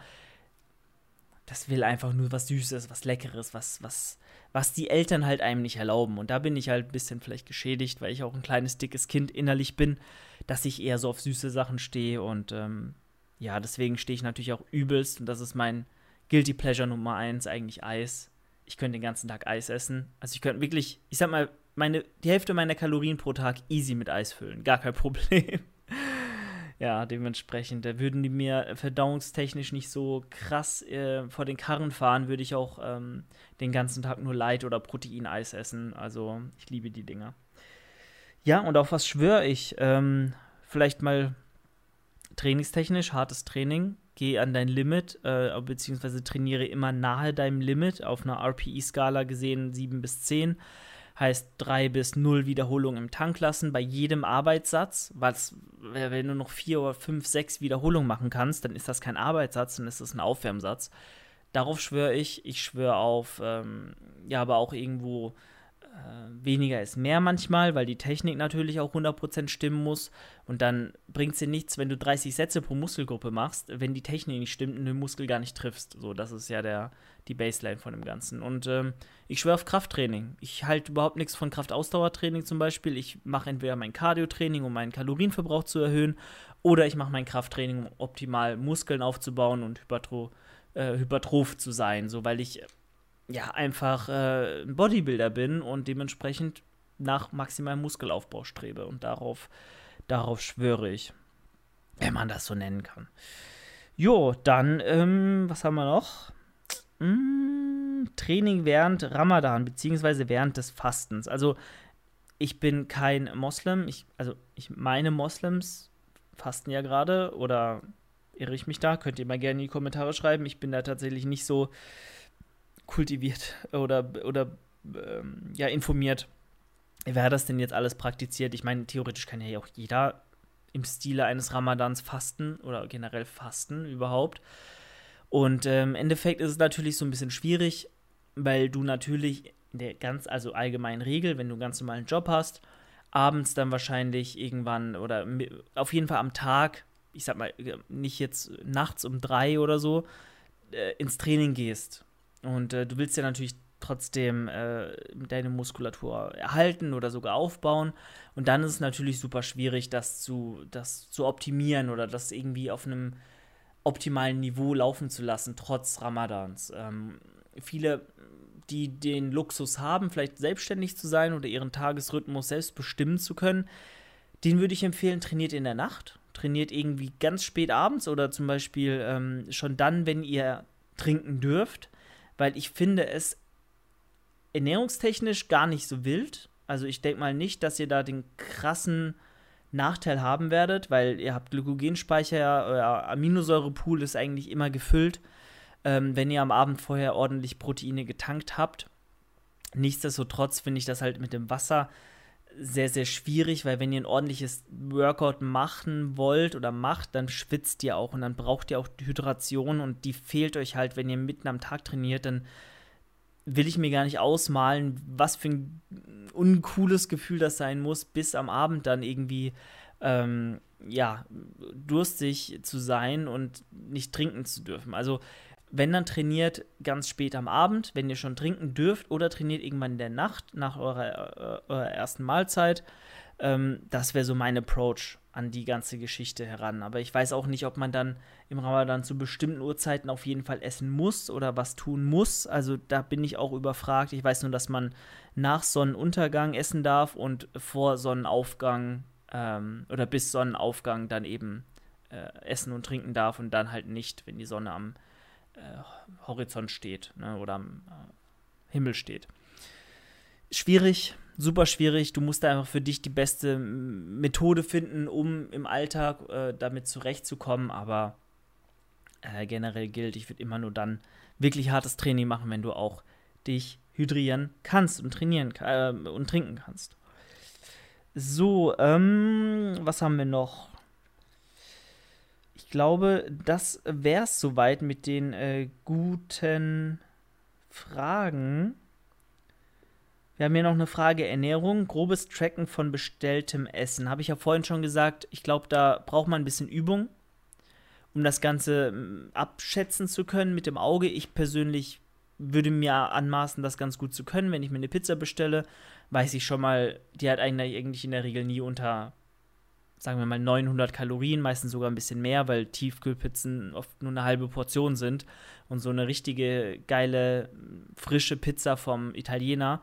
das will einfach nur was Süßes, was Leckeres, was, was, was die Eltern halt einem nicht erlauben. Und da bin ich halt ein bisschen vielleicht geschädigt, weil ich auch ein kleines, dickes Kind innerlich bin, dass ich eher so auf süße Sachen stehe. Und ähm, ja, deswegen stehe ich natürlich auch übelst. Und das ist mein Guilty Pleasure Nummer eins, eigentlich Eis. Ich könnte den ganzen Tag Eis essen. Also ich könnte wirklich, ich sag mal, meine, die Hälfte meiner Kalorien pro Tag easy mit Eis füllen. Gar kein Problem. Ja, dementsprechend, da würden die mir verdauungstechnisch nicht so krass äh, vor den Karren fahren, würde ich auch ähm, den ganzen Tag nur Light- oder Proteineis essen. Also, ich liebe die Dinger. Ja, und auf was schwöre ich? Ähm, vielleicht mal trainingstechnisch, hartes Training. Geh an dein Limit, äh, beziehungsweise trainiere immer nahe deinem Limit. Auf einer R P E-Skala gesehen sieben bis zehn. Heißt drei bis null Wiederholungen im Tank lassen bei jedem Arbeitssatz, was, wenn du noch vier oder fünf, sechs Wiederholungen machen kannst, dann ist das kein Arbeitssatz, dann ist das ein Aufwärmsatz. Darauf schwöre ich. Ich schwöre auf, ähm, ja, aber auch irgendwo äh, weniger ist mehr manchmal, weil die Technik natürlich auch hundert Prozent stimmen muss. Und dann bringt es dir nichts, wenn du dreißig Sätze pro Muskelgruppe machst, wenn die Technik nicht stimmt und den Muskel gar nicht triffst. So, das ist ja der, die Baseline von dem Ganzen. Und ähm, ich schwöre auf Krafttraining. Ich halte überhaupt nichts von Kraftausdauertraining zum Beispiel. Ich mache entweder mein Cardio-Training, um meinen Kalorienverbrauch zu erhöhen, oder ich mache mein Krafttraining, um optimal Muskeln aufzubauen und hypertro äh, hypertroph zu sein. So, weil ich ja einfach äh, ein Bodybuilder bin und dementsprechend nach maximalem Muskelaufbau strebe. Und darauf, darauf schwöre ich, wenn man das so nennen kann. Jo, dann, ähm, was haben wir noch? Hm, Training während Ramadan, beziehungsweise während des Fastens. Also ich bin kein Moslem, ich, also ich meine Moslems fasten ja gerade, oder irre ich mich da? Könnt ihr mal gerne in die Kommentare schreiben. Ich bin da tatsächlich nicht so kultiviert oder, oder ähm, ja, informiert, wer das denn jetzt alles praktiziert. Ich meine, theoretisch kann ja auch jeder im Stile eines Ramadans fasten oder generell fasten überhaupt. Und ähm, im Endeffekt ist es natürlich so ein bisschen schwierig, weil du natürlich in der ganz, also allgemeinen Regel, wenn du einen ganz normalen Job hast, abends dann wahrscheinlich irgendwann oder auf jeden Fall am Tag, ich sag mal, nicht jetzt nachts um drei oder so, äh, ins Training gehst. Und äh, du willst ja natürlich trotzdem äh, deine Muskulatur erhalten oder sogar aufbauen. Und dann ist es natürlich super schwierig, das zu, das zu optimieren oder das irgendwie auf einem optimalen Niveau laufen zu lassen, trotz Ramadans. Ähm, viele, die den Luxus haben, vielleicht selbstständig zu sein oder ihren Tagesrhythmus selbst bestimmen zu können, denen würde ich empfehlen, trainiert in der Nacht, trainiert irgendwie ganz spät abends oder zum Beispiel ähm, schon dann, wenn ihr trinken dürft, weil ich finde es ernährungstechnisch gar nicht so wild. Also ich denke mal nicht, dass ihr da den krassen Nachteil haben werdet, weil ihr habt Glykogenspeicher, euer Aminosäurepool ist eigentlich immer gefüllt, ähm, wenn ihr am Abend vorher ordentlich Proteine getankt habt. Nichtsdestotrotz finde ich das halt mit dem Wasser sehr, sehr schwierig, weil wenn ihr ein ordentliches Workout machen wollt oder macht, dann schwitzt ihr auch und dann braucht ihr auch Hydration und die fehlt euch halt, wenn ihr mitten am Tag trainiert, dann will ich mir gar nicht ausmalen, was für ein uncooles Gefühl das sein muss, bis am Abend dann irgendwie, ähm, ja, durstig zu sein und nicht trinken zu dürfen. Also, wenn dann trainiert ganz spät am Abend, wenn ihr schon trinken dürft, oder trainiert irgendwann in der Nacht nach eurer, äh, eurer ersten Mahlzeit. Ähm, das wäre so mein Approach an die ganze Geschichte heran. Aber ich weiß auch nicht, ob man dann im Ramadan zu bestimmten Uhrzeiten auf jeden Fall essen muss oder was tun muss. Also da bin ich auch überfragt. Ich weiß nur, dass man nach Sonnenuntergang essen darf und vor Sonnenaufgang ähm, oder bis Sonnenaufgang dann eben äh, essen und trinken darf und dann halt nicht, wenn die Sonne am äh, Horizont steht, ne, oder am äh, Himmel steht. Schwierig. Super schwierig, du musst da einfach für dich die beste Methode finden, um im Alltag äh, damit zurechtzukommen, aber äh, generell gilt, ich würde immer nur dann wirklich hartes Training machen, wenn du auch dich hydrieren kannst und trainieren äh, und trinken kannst. So, ähm, was haben wir noch? Ich glaube, das wäre es soweit mit den äh, guten Fragen. Wir haben hier noch eine Frage: Ernährung, grobes Tracken von bestelltem Essen. Habe ich ja vorhin schon gesagt, ich glaube, da braucht man ein bisschen Übung, um das Ganze m, abschätzen zu können mit dem Auge. Ich persönlich würde mir anmaßen, das ganz gut zu können. Wenn ich mir eine Pizza bestelle, weiß ich schon mal, die hat eigentlich in der Regel nie unter, sagen wir mal, neunhundert Kalorien, meistens sogar ein bisschen mehr, weil Tiefkühlpizzen oft nur eine halbe Portion sind. Und so eine richtige, geile, frische Pizza vom Italiener,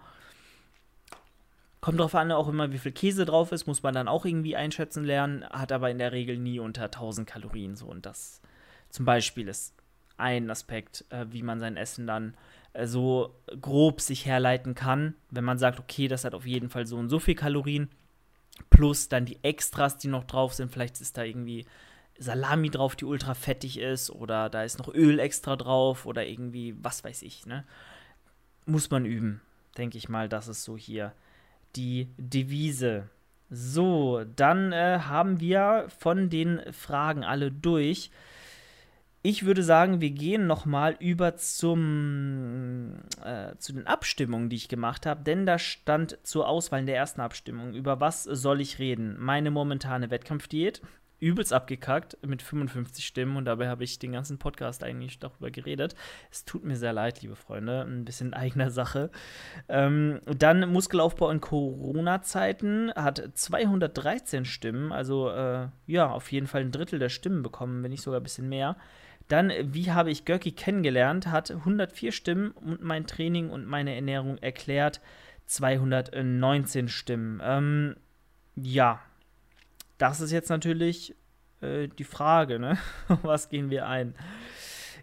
kommt drauf an, auch immer, wie viel Käse drauf ist, muss man dann auch irgendwie einschätzen lernen, hat aber in der Regel nie unter tausend Kalorien so. Und das zum Beispiel ist ein Aspekt, äh, wie man sein Essen dann äh, so grob sich herleiten kann, wenn man sagt, okay, das hat auf jeden Fall so und so viel Kalorien, plus dann die Extras, die noch drauf sind. Vielleicht ist da irgendwie Salami drauf, die ultra fettig ist, oder da ist noch Öl extra drauf oder irgendwie, was weiß ich, ne? Muss man üben, denke ich mal, das ist so hier die Devise. So, dann äh, haben wir von den Fragen alle durch. Ich würde sagen, wir gehen nochmal über zum, äh, zu den Abstimmungen, die ich gemacht habe, denn da stand zur Auswahl in der ersten Abstimmung, über was soll ich reden? Meine momentane Wettkampfdiät, übelst abgekackt mit fünfundfünfzig Stimmen, und dabei habe ich den ganzen Podcast eigentlich darüber geredet. Es tut mir sehr leid, liebe Freunde, ein bisschen eigener Sache. Ähm, dann Muskelaufbau in Corona-Zeiten hat zweihundertdreizehn Stimmen, also äh, ja, auf jeden Fall ein Drittel der Stimmen bekommen, wenn nicht sogar ein bisschen mehr. Dann, wie habe ich Görki kennengelernt, hat hundertvier Stimmen, und mein Training und meine Ernährung erklärt zweihundertneunzehn Stimmen. Ähm, ja, das ist jetzt natürlich äh, die Frage, ne? Was gehen wir ein?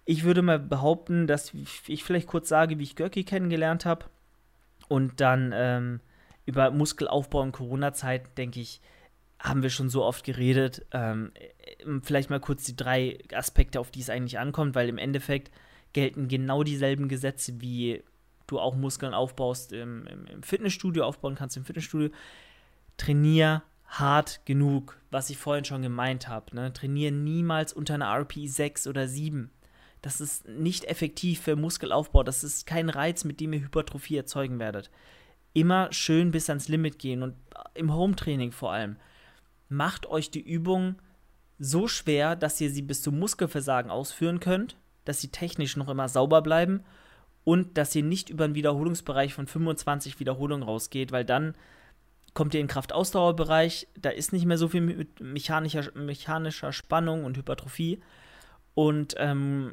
Ich würde mal behaupten, dass ich vielleicht kurz sage, wie ich Görki kennengelernt habe und dann ähm, über Muskelaufbau in Corona-Zeit, denke ich, haben wir schon so oft geredet. Ähm, vielleicht mal kurz die drei Aspekte, auf die es eigentlich ankommt, weil im Endeffekt gelten genau dieselben Gesetze, wie du auch Muskeln aufbaust im, im, im Fitnessstudio, aufbauen kannst im Fitnessstudio. Trainier hart genug, was ich vorhin schon gemeint habe. Ne? Trainier niemals unter einer R P E sechs oder sieben. Das ist nicht effektiv für Muskelaufbau. Das ist kein Reiz, mit dem ihr Hypertrophie erzeugen werdet. Immer schön bis ans Limit gehen und im Home-Training vor allem. Macht euch die Übung so schwer, dass ihr sie bis zum Muskelversagen ausführen könnt, dass sie technisch noch immer sauber bleiben und dass ihr nicht über einen Wiederholungsbereich von fünfundzwanzig Wiederholungen rausgeht, weil dann kommt ihr in den Kraftausdauerbereich, da ist nicht mehr so viel mit mechanischer, mechanischer Spannung und Hypertrophie und ähm,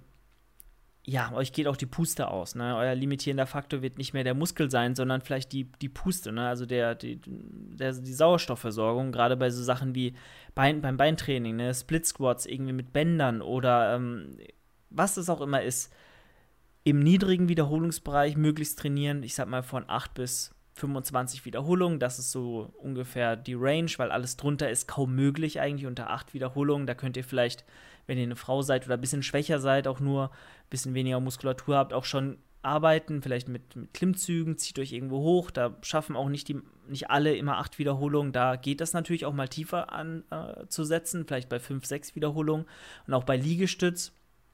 ja, euch geht auch die Puste aus. Ne? Euer limitierender Faktor wird nicht mehr der Muskel sein, sondern vielleicht die, die Puste, ne? Also der, die, der, die Sauerstoffversorgung, gerade bei so Sachen wie Bein, beim Beintraining, ne? Split Squats irgendwie mit Bändern oder ähm, was es auch immer ist, im niedrigen Wiederholungsbereich möglichst trainieren, ich sag mal von acht bis fünfundzwanzig Wiederholungen, das ist so ungefähr die Range, weil alles drunter ist kaum möglich eigentlich unter acht Wiederholungen, da könnt ihr vielleicht, wenn ihr eine Frau seid oder ein bisschen schwächer seid, auch nur ein bisschen weniger Muskulatur habt, auch schon arbeiten, vielleicht mit, mit Klimmzügen, zieht euch irgendwo hoch, da schaffen auch nicht, die, nicht alle immer acht Wiederholungen, da geht das natürlich auch mal tiefer anzusetzen, äh, vielleicht bei fünf, sechs Wiederholungen und auch bei Liegestütz,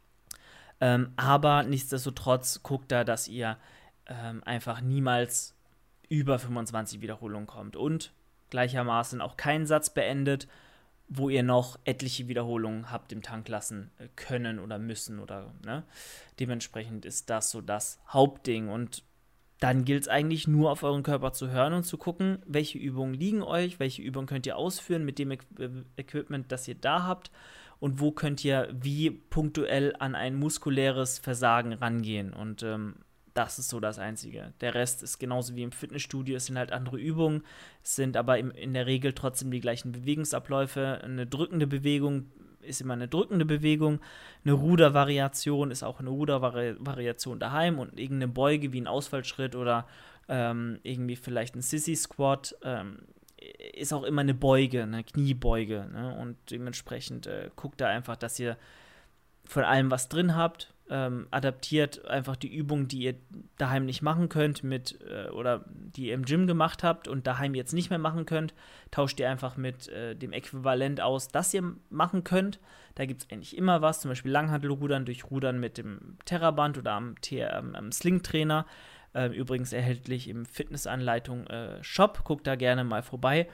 ähm, aber nichtsdestotrotz guckt da, dass ihr ähm, einfach niemals über fünfundzwanzig Wiederholungen kommt und gleichermaßen auch keinen Satz beendet, wo ihr noch etliche Wiederholungen habt im Tank lassen können oder müssen oder ne? Dementsprechend ist das so das Hauptding und dann gilt es eigentlich nur auf euren Körper zu hören und zu gucken, welche Übungen liegen euch, welche Übungen könnt ihr ausführen mit dem Equ- Equipment, das ihr da habt und wo könnt ihr wie punktuell an ein muskuläres Versagen rangehen und ähm, das ist so das Einzige. Der Rest ist genauso wie im Fitnessstudio. Es sind halt andere Übungen, es sind aber im, in der Regel trotzdem die gleichen Bewegungsabläufe. Eine drückende Bewegung ist immer eine drückende Bewegung. Eine Rudervariation ist auch eine Rudervariation daheim und irgendeine Beuge wie ein Ausfallschritt oder ähm, irgendwie vielleicht ein Sissy-Squat ähm, ist auch immer eine Beuge, eine Kniebeuge. Ne? Und dementsprechend äh, guckt da einfach, dass ihr von allem was drin habt. Ähm, adaptiert einfach die Übung, die ihr daheim nicht machen könnt mit äh, oder die ihr im Gym gemacht habt und daheim jetzt nicht mehr machen könnt, tauscht ihr einfach mit äh, dem Äquivalent aus, das ihr machen könnt. Da gibt es eigentlich immer was, zum Beispiel Langhantelrudern durch Rudern mit dem Terraband oder am, am, am Sling-Trainer. Äh, übrigens erhältlich im Fitnessanleitung äh, Shop, guckt da gerne mal vorbei.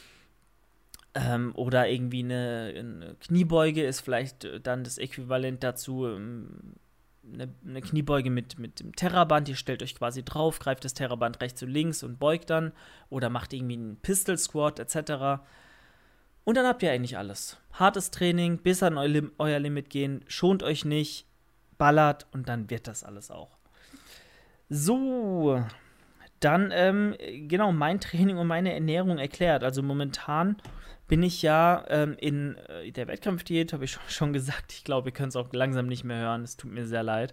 Ähm, oder irgendwie eine, eine Kniebeuge ist vielleicht dann das Äquivalent dazu, ähm, Eine, eine Kniebeuge mit, mit dem Terraband, ihr stellt euch quasi drauf, greift das Terraband rechts und links und beugt dann oder macht irgendwie einen Pistol Squat et cetera. Und dann habt ihr eigentlich alles. Hartes Training, bis an eu, euer Limit gehen, schont euch nicht, ballert und dann wird das alles auch. So, dann ähm, genau mein Training und meine Ernährung erklärt. Also momentan bin ich ja ähm, in äh, der Wettkampfdiät, habe ich schon, schon gesagt. Ich glaube, ihr könnt es auch langsam nicht mehr hören. Es tut mir sehr leid.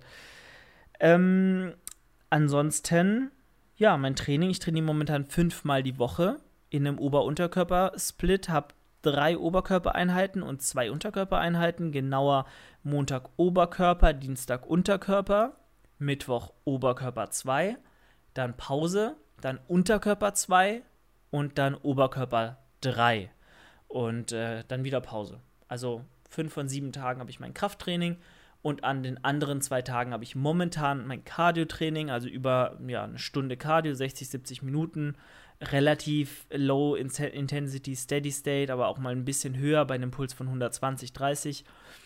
Ähm, ansonsten, ja, mein Training. Ich trainiere momentan fünfmal die Woche in einem Ober-Unterkörper-Split. Habe drei Oberkörpereinheiten und zwei Unterkörpereinheiten. Genauer Montag Oberkörper, Dienstag Unterkörper, Mittwoch Oberkörper zwei, dann Pause, dann Unterkörper zwei und dann Oberkörper drei. Und äh, dann wieder Pause. Also fünf von sieben Tagen habe ich mein Krafttraining und an den anderen zwei Tagen habe ich momentan mein Cardio-Training, also über ja, eine Stunde Cardio, sechzig, siebzig Minuten, relativ low Intensity, Steady State, aber auch mal ein bisschen höher bei einem Puls von hundertzwanzig, dreißig.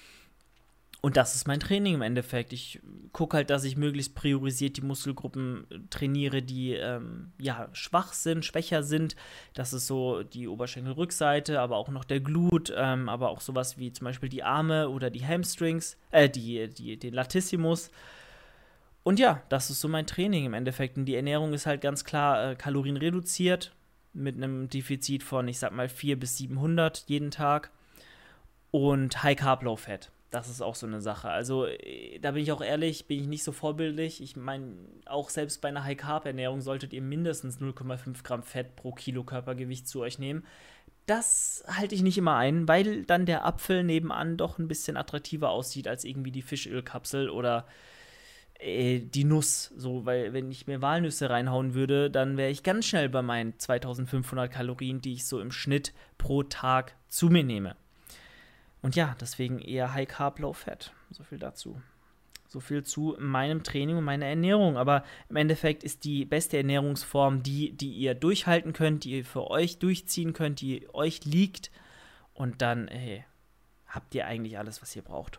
Und das ist mein Training im Endeffekt. Ich gucke halt, dass ich möglichst priorisiert die Muskelgruppen trainiere, die ähm, ja, schwach sind, schwächer sind. Das ist so die Oberschenkelrückseite, aber auch noch der Glut, ähm, aber auch sowas wie zum Beispiel die Arme oder die Hamstrings, äh, die, die, den Latissimus. Und ja, das ist so mein Training im Endeffekt. Und die Ernährung ist halt ganz klar äh, kalorienreduziert mit einem Defizit von, ich sag mal, vierhundert bis siebenhundert jeden Tag. Und High Carb, Low Fat. das ist auch so eine Sache. Also, äh, da bin ich auch ehrlich, bin ich nicht so vorbildlich. Ich meine, auch selbst bei einer High-Carb-Ernährung solltet ihr mindestens null Komma fünf Gramm Fett pro Kilo Körpergewicht zu euch nehmen. Das halte ich nicht immer ein, weil dann der Apfel nebenan doch ein bisschen attraktiver aussieht als irgendwie die Fischölkapsel oder äh, die Nuss. So, weil wenn ich mir Walnüsse reinhauen würde, dann wäre ich ganz schnell bei meinen zweitausendfünfhundert Kalorien, die ich so im Schnitt pro Tag zu mir nehme. Und ja, deswegen eher High Carb, Low Fat. So viel dazu. So viel zu meinem Training und meiner Ernährung. Aber im Endeffekt ist die beste Ernährungsform die, die ihr durchhalten könnt, die ihr für euch durchziehen könnt, die euch liegt. Und dann, hey, habt ihr eigentlich alles, was ihr braucht.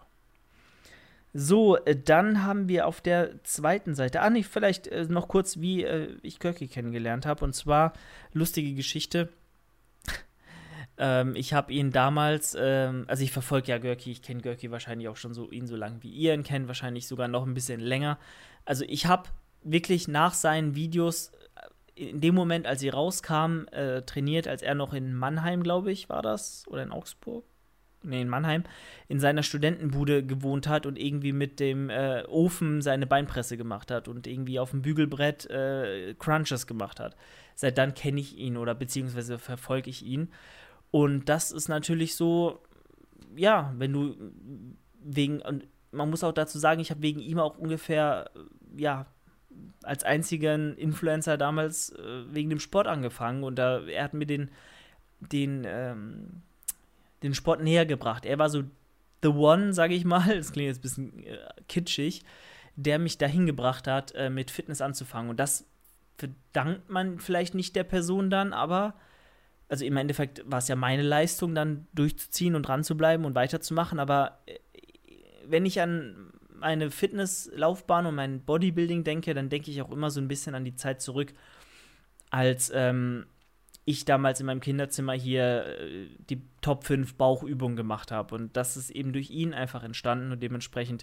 So, äh, dann haben wir auf der zweiten Seite, ah nee, vielleicht äh, noch kurz, wie äh, ich Görki kennengelernt habe. Und zwar, lustige Geschichte. Ähm, ich habe ihn damals, ähm, also ich verfolge ja Görki, ich kenne Görki wahrscheinlich auch schon so ihn so lange, wie ihr ihn kennt, wahrscheinlich sogar noch ein bisschen länger. Also ich habe wirklich nach seinen Videos, äh, in dem Moment, als sie rauskamen, äh, trainiert, als er noch in Mannheim, glaube ich, war das, oder in Augsburg? Nee, in Mannheim, in seiner Studentenbude gewohnt hat und irgendwie mit dem äh, Ofen seine Beinpresse gemacht hat und irgendwie auf dem Bügelbrett äh, Crunches gemacht hat. Seit dann kenne ich ihn oder beziehungsweise verfolge ich ihn. Und das ist natürlich so, ja, wenn du wegen, und man muss auch dazu sagen, ich habe wegen ihm auch ungefähr, ja, als einzigen Influencer damals äh, wegen dem Sport angefangen und da, er hat mir den, den, ähm, den Sport näher gebracht. Er war so the one, sage ich mal, das klingt jetzt ein bisschen äh, kitschig, der mich dahin gebracht hat, äh, mit Fitness anzufangen. Und das verdankt man vielleicht nicht der Person dann, aber also im Endeffekt war es ja meine Leistung, dann durchzuziehen und dran zu bleiben und weiterzumachen, aber wenn ich an meine Fitnesslaufbahn und mein Bodybuilding denke, dann denke ich auch immer so ein bisschen an die Zeit zurück, als ähm, ich damals in meinem Kinderzimmer hier äh, die Top fünf Bauchübungen gemacht habe und das ist eben durch ihn einfach entstanden und dementsprechend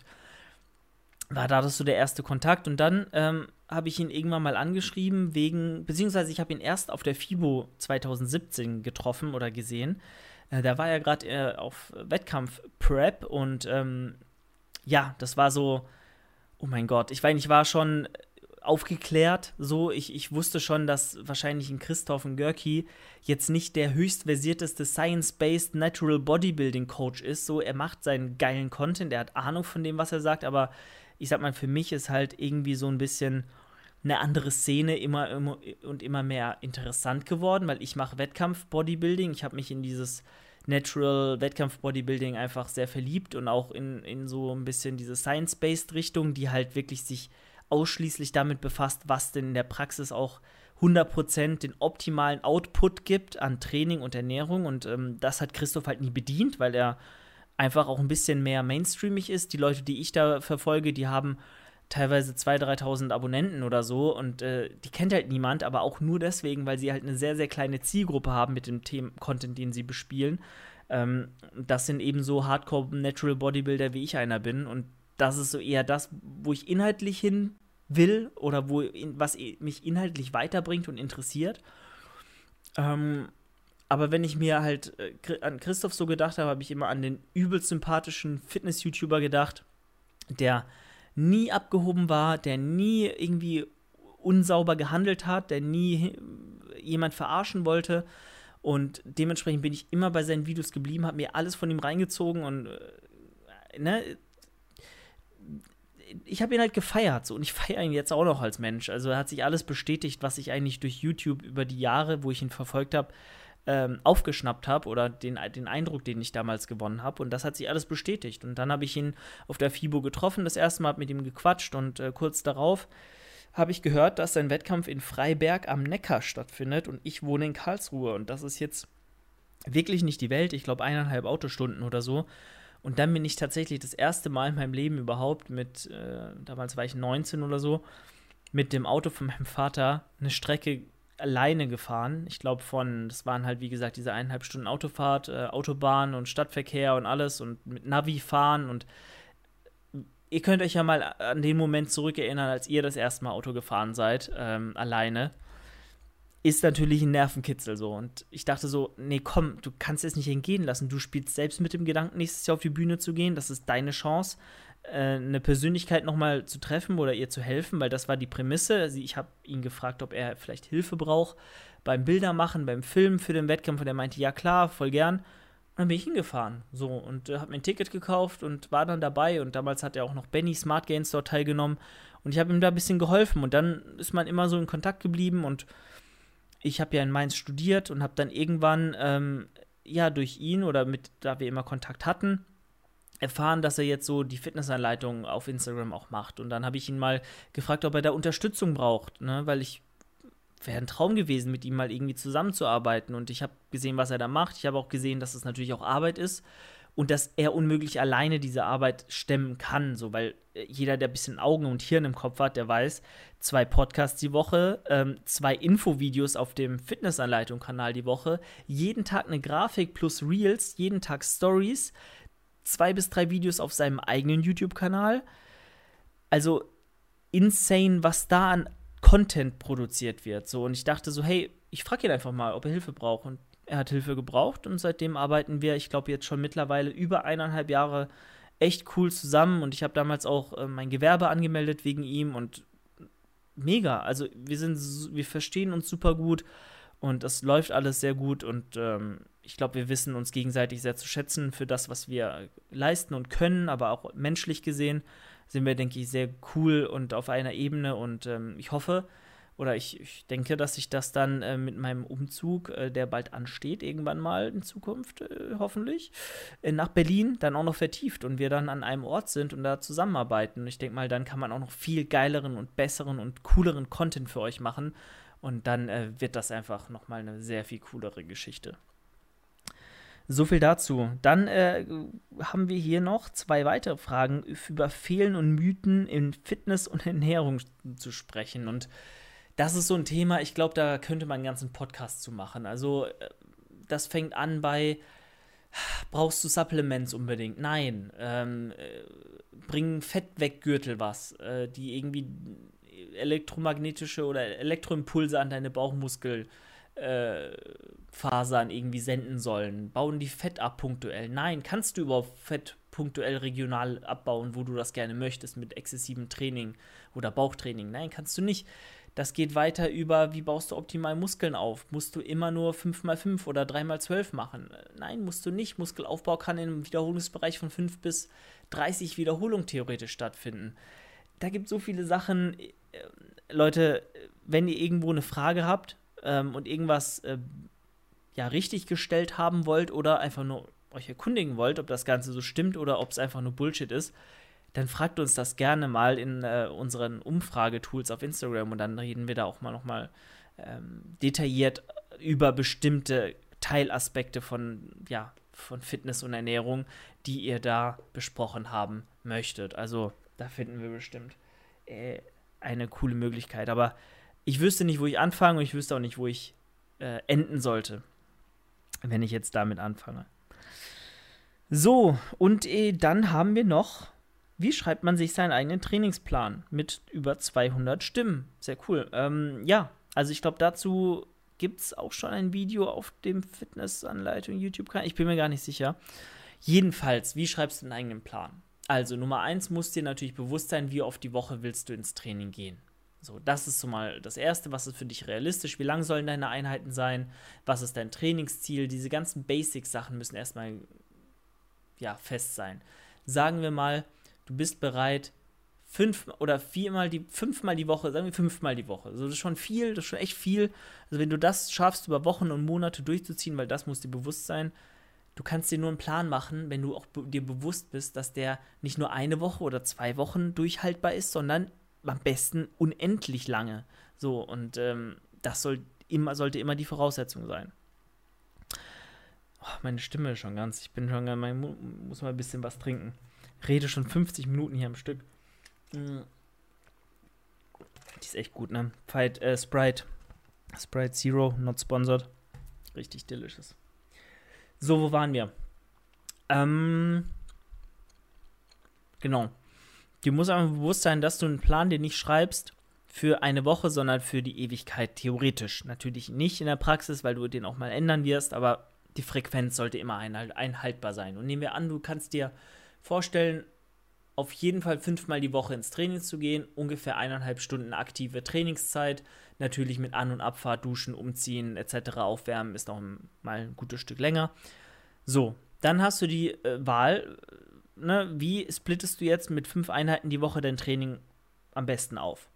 war da das so der erste Kontakt und dann ähm, habe ich ihn irgendwann mal angeschrieben wegen, beziehungsweise ich habe ihn erst auf der FIBO zwanzig siebzehn getroffen oder gesehen. Äh, da war er gerade äh, auf Wettkampf-Prep und ähm, ja, das war so, oh mein Gott, ich weiß, ich war schon aufgeklärt, so, ich, ich wusste schon, dass wahrscheinlich ein Christoph und Görki jetzt nicht der höchst versierteste Science-Based Natural Bodybuilding Coach ist, so, er macht seinen geilen Content, er hat Ahnung von dem, was er sagt, aber ich sag mal, für mich ist halt irgendwie so ein bisschen eine andere Szene immer, immer und immer mehr interessant geworden, weil ich mache Wettkampf-Bodybuilding, ich habe mich in dieses Natural Wettkampf-Bodybuilding einfach sehr verliebt und auch in, in so ein bisschen diese Science-Based Richtung, die halt wirklich sich ausschließlich damit befasst, was denn in der Praxis auch hundert Prozent den optimalen Output gibt an Training und Ernährung und ähm, das hat Christoph halt nie bedient, weil er einfach auch ein bisschen mehr mainstreamig ist. Die Leute, die ich da verfolge, die haben teilweise zweitausend, dreitausend Abonnenten oder so und äh, die kennt halt niemand, aber auch nur deswegen, weil sie halt eine sehr, sehr kleine Zielgruppe haben mit dem Themen-Content, den sie bespielen. Ähm, das sind eben so Hardcore-Natural Bodybuilder, wie ich einer bin und das ist so eher das, wo ich inhaltlich hin will oder wo in, was mich inhaltlich weiterbringt und interessiert. Ähm, aber wenn ich mir halt äh, an Christoph so gedacht habe, habe ich immer an den übelst sympathischen Fitness-YouTuber gedacht, der nie abgehoben war, der nie irgendwie unsauber gehandelt hat, der nie jemand verarschen wollte und dementsprechend bin ich immer bei seinen Videos geblieben, habe mir alles von ihm reingezogen und äh, ne, ich habe ihn halt gefeiert so und ich feiere ihn jetzt auch noch als Mensch, also er hat sich alles bestätigt, was ich eigentlich durch YouTube über die Jahre, wo ich ihn verfolgt habe, ähm, aufgeschnappt habe oder den, den Eindruck, den ich damals gewonnen habe und das hat sich alles bestätigt und dann habe ich ihn auf der FIBO getroffen, das erste Mal habe mit ihm gequatscht und äh, kurz darauf habe ich gehört, dass sein Wettkampf in Freiberg am Neckar stattfindet und ich wohne in Karlsruhe und das ist jetzt wirklich nicht die Welt, ich glaube eineinhalb Autostunden oder so und dann bin ich tatsächlich das erste Mal in meinem Leben überhaupt mit, äh, damals war ich neunzehn oder so, mit dem Auto von meinem Vater eine Strecke alleine gefahren. Ich glaube von, das waren halt wie gesagt diese eineinhalb Stunden Autofahrt, äh, Autobahn und Stadtverkehr und alles und mit Navi fahren und ihr könnt euch ja mal an den Moment zurückerinnern, als ihr das erste Mal Auto gefahren seid, ähm, alleine. ist natürlich ein Nervenkitzel so. Und ich dachte so, nee, komm, du kannst es nicht entgehen lassen. Du spielst selbst mit dem Gedanken, nächstes Jahr auf die Bühne zu gehen. Das ist deine Chance, äh, eine Persönlichkeit nochmal zu treffen oder ihr zu helfen, weil das war die Prämisse. Also ich habe ihn gefragt, ob er vielleicht Hilfe braucht beim Bildermachen, beim Filmen für den Wettkampf. Und er meinte, ja klar, voll gern. Und dann bin ich hingefahren. So, und äh, habe mir ein Ticket gekauft und war dann dabei. Und damals hat er auch noch Benny Smart Gains dort teilgenommen. Und ich habe ihm da ein bisschen geholfen. Und dann ist man immer so in Kontakt geblieben. Und ich habe ja in Mainz studiert und habe dann irgendwann, ähm, ja, durch ihn oder mit, da wir immer Kontakt hatten, erfahren, dass er jetzt so die Fitnessanleitung auf Instagram auch macht. Und dann habe ich ihn mal gefragt, ob er da Unterstützung braucht, ne? Weil ich, wäre ein Traum gewesen, mit ihm mal irgendwie zusammenzuarbeiten. Und ich habe gesehen, was er da macht. Ich habe auch gesehen, dass es natürlich auch Arbeit ist und dass er unmöglich alleine diese Arbeit stemmen kann. So, weil jeder, der ein bisschen Augen und Hirn im Kopf hat, der weiß, zwei Podcasts die Woche, ähm, zwei Infovideos auf dem Fitnessanleitung-Kanal die Woche, jeden Tag eine Grafik plus Reels, jeden Tag Stories, zwei bis drei Videos auf seinem eigenen YouTube-Kanal. Also insane, was da an Content produziert wird. So, und ich dachte so, hey, ich frage ihn einfach mal, ob er Hilfe braucht. Und er hat Hilfe gebraucht und seitdem arbeiten wir, ich glaube, jetzt schon mittlerweile über eineinhalb Jahre echt cool zusammen. Und ich habe damals auch äh, mein Gewerbe angemeldet wegen ihm und mega. Also wir sind, wir verstehen uns super gut und das läuft alles sehr gut und ähm, ich glaube, wir wissen uns gegenseitig sehr zu schätzen für das, was wir leisten und können, aber auch menschlich gesehen sind wir, denke ich, sehr cool und auf einer Ebene und ähm, ich hoffe oder ich, ich denke, dass sich das dann äh, mit meinem Umzug, äh, der bald ansteht, irgendwann mal in Zukunft, äh, hoffentlich, äh, nach Berlin dann auch noch vertieft und wir dann an einem Ort sind und da zusammenarbeiten. Und ich denke mal, dann kann man auch noch viel geileren und besseren und cooleren Content für euch machen und dann äh, wird das einfach nochmal eine sehr viel coolere Geschichte. So viel dazu. Dann äh, haben wir hier noch zwei weitere Fragen über Fehlen und Mythen in Fitness und Ernährung zu sprechen. Und das ist so ein Thema, ich glaube, da könnte man einen ganzen Podcast zu machen. Also das fängt an bei, brauchst du Supplements unbedingt? Nein. Ähm, bringen Fettweggürtel was, äh, die irgendwie elektromagnetische oder Elektroimpulse an deine Bauchmuskel Äh, Fasern irgendwie senden sollen. Bauen die Fett ab punktuell? Nein, kannst du überhaupt Fett punktuell regional abbauen, wo du das gerne möchtest, mit exzessivem Training oder Bauchtraining? Nein, kannst du nicht. Das geht weiter über, wie baust du optimal Muskeln auf? Musst du immer nur fünf mal fünf oder drei mal zwölf machen? Nein, musst du nicht. Muskelaufbau kann im Wiederholungsbereich von fünf bis dreißig Wiederholungen theoretisch stattfinden. Da gibt es so viele Sachen. Äh, Leute, wenn ihr irgendwo eine Frage habt, und irgendwas äh, ja, richtig gestellt haben wollt oder einfach nur euch erkundigen wollt, ob das Ganze so stimmt oder ob es einfach nur Bullshit ist, dann fragt uns das gerne mal in äh, unseren Umfragetools auf Instagram und dann reden wir da auch mal nochmal ähm, detailliert über bestimmte Teilaspekte von, ja, von Fitness und Ernährung, die ihr da besprochen haben möchtet. Also da finden wir bestimmt äh, eine coole Möglichkeit, aber ich wüsste nicht, wo ich anfange und ich wüsste auch nicht, wo ich äh, enden sollte, wenn ich jetzt damit anfange. So, und äh, dann haben wir noch, wie schreibt man sich seinen eigenen Trainingsplan mit über zweihundert Stimmen? Sehr cool. Ähm, ja, also ich glaube, dazu gibt es auch schon ein Video auf dem Fitnessanleitung YouTube-Kanal. Ich bin mir gar nicht sicher. Jedenfalls, wie schreibst du einen eigenen Plan? Also Nummer eins muss dir natürlich bewusst sein, wie oft die Woche willst du ins Training gehen. So, das ist so mal das Erste, was ist für dich realistisch, wie lang sollen deine Einheiten sein, was ist dein Trainingsziel, diese ganzen Basic-Sachen müssen erstmal ja, fest sein. Sagen wir mal, du bist bereit, fünf oder viermal die, fünfmal die Woche, sagen wir fünfmal die Woche, also das ist schon viel, das ist schon echt viel, also wenn du das schaffst, über Wochen und Monate durchzuziehen, weil das muss dir bewusst sein, du kannst dir nur einen Plan machen, wenn du auch be- dir bewusst bist, dass der nicht nur eine Woche oder zwei Wochen durchhaltbar ist, sondern am besten unendlich lange. So, und ähm, das soll immer, sollte immer die Voraussetzung sein. Oh, meine Stimme ist schon ganz, ich bin schon ganz, ich muss mal ein bisschen was trinken. Rede schon fünfzig Minuten hier am Stück. Mm. Die ist echt gut, ne? Fight, äh, Sprite. Sprite Zero, not sponsored. Richtig delicious. So, wo waren wir? Ähm, genau. Dir muss einfach bewusst sein, dass du einen Plan, den nicht schreibst, für eine Woche, sondern für die Ewigkeit theoretisch. Natürlich nicht in der Praxis, weil du den auch mal ändern wirst, aber die Frequenz sollte immer einhalt- einhaltbar sein. Und nehmen wir an, du kannst dir vorstellen, auf jeden Fall fünfmal die Woche ins Training zu gehen, ungefähr eineinhalb Stunden aktive Trainingszeit, natürlich mit An- und Abfahrt, Duschen, Umziehen et cetera. Aufwärmen ist noch ein, mal ein gutes Stück länger. So, dann hast du die äh, Wahl, ne, wie splittest du jetzt mit fünf Einheiten die Woche dein Training am besten auf?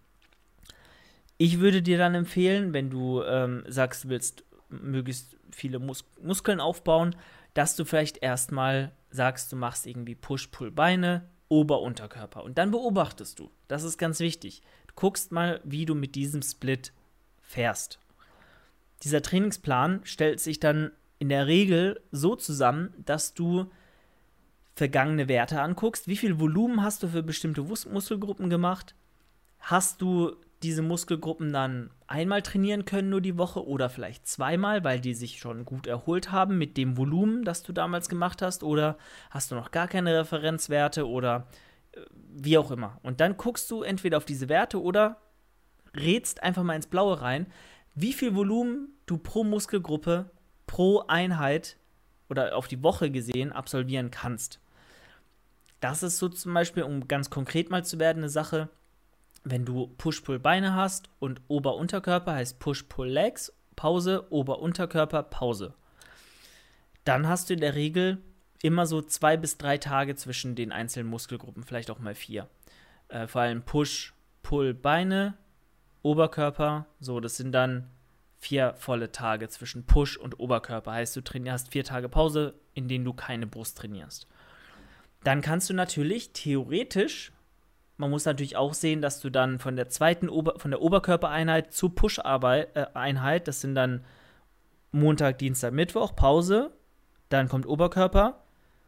Ich würde dir dann empfehlen, wenn du ähm, sagst, du willst möglichst viele Mus- Muskeln aufbauen, dass du vielleicht erstmal sagst, du machst irgendwie Push-Pull-Beine, Ober-Unterkörper. Und dann beobachtest du. Das ist ganz wichtig. Du guckst mal, wie du mit diesem Split fährst. Dieser Trainingsplan stellt sich dann in der Regel so zusammen, dass du vergangene Werte anguckst. Wie viel Volumen hast du für bestimmte Mus- Muskelgruppen gemacht? Hast du diese Muskelgruppen dann einmal trainieren können nur die Woche oder vielleicht zweimal, weil die sich schon gut erholt haben mit dem Volumen, das du damals gemacht hast, oder hast du noch gar keine Referenzwerte oder äh, wie auch immer. Und dann guckst du entweder auf diese Werte oder rätst einfach mal ins Blaue rein, wie viel Volumen du pro Muskelgruppe, pro Einheit oder auf die Woche gesehen absolvieren kannst. Das ist so zum Beispiel, um ganz konkret mal zu werden, eine Sache, wenn du Push-Pull-Beine hast und Ober-Unterkörper heißt Push-Pull-Legs, Pause, Ober-Unterkörper, Pause. Dann hast du in der Regel immer so zwei bis drei Tage zwischen den einzelnen Muskelgruppen, vielleicht auch mal vier. Äh, vor allem Push-Pull-Beine, Oberkörper, so, das sind dann vier volle Tage zwischen Push und Oberkörper. Heißt, du trainierst, hast vier Tage Pause, in denen du keine Brust trainierst. Dann kannst du natürlich theoretisch, man muss natürlich auch sehen, dass du dann von der zweiten Ober- von der Oberkörpereinheit zur Push-Einheit, das sind dann Montag, Dienstag, Mittwoch, Pause, dann kommt Oberkörper,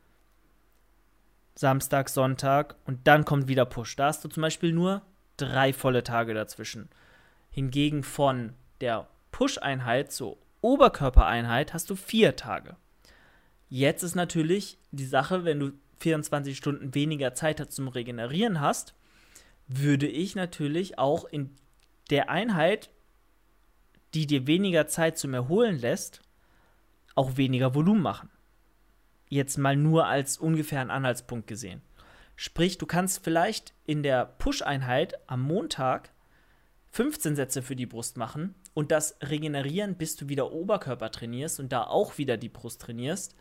Samstag, Sonntag und dann kommt wieder Push. Da hast du zum Beispiel nur drei volle Tage dazwischen. Hingegen von der Push-Einheit zur Oberkörpereinheit hast du vier Tage. Jetzt ist natürlich die Sache, wenn du vierundzwanzig Stunden weniger Zeit hast zum Regenerieren hast, würde ich natürlich auch in der Einheit, die dir weniger Zeit zum Erholen lässt, auch weniger Volumen machen. Jetzt mal nur als ungefähren Anhaltspunkt gesehen. Sprich, du kannst vielleicht in der Push-Einheit am Montag fünfzehn Sätze für die Brust machen und das regenerieren, bis du wieder Oberkörper trainierst und da auch wieder die Brust trainierst.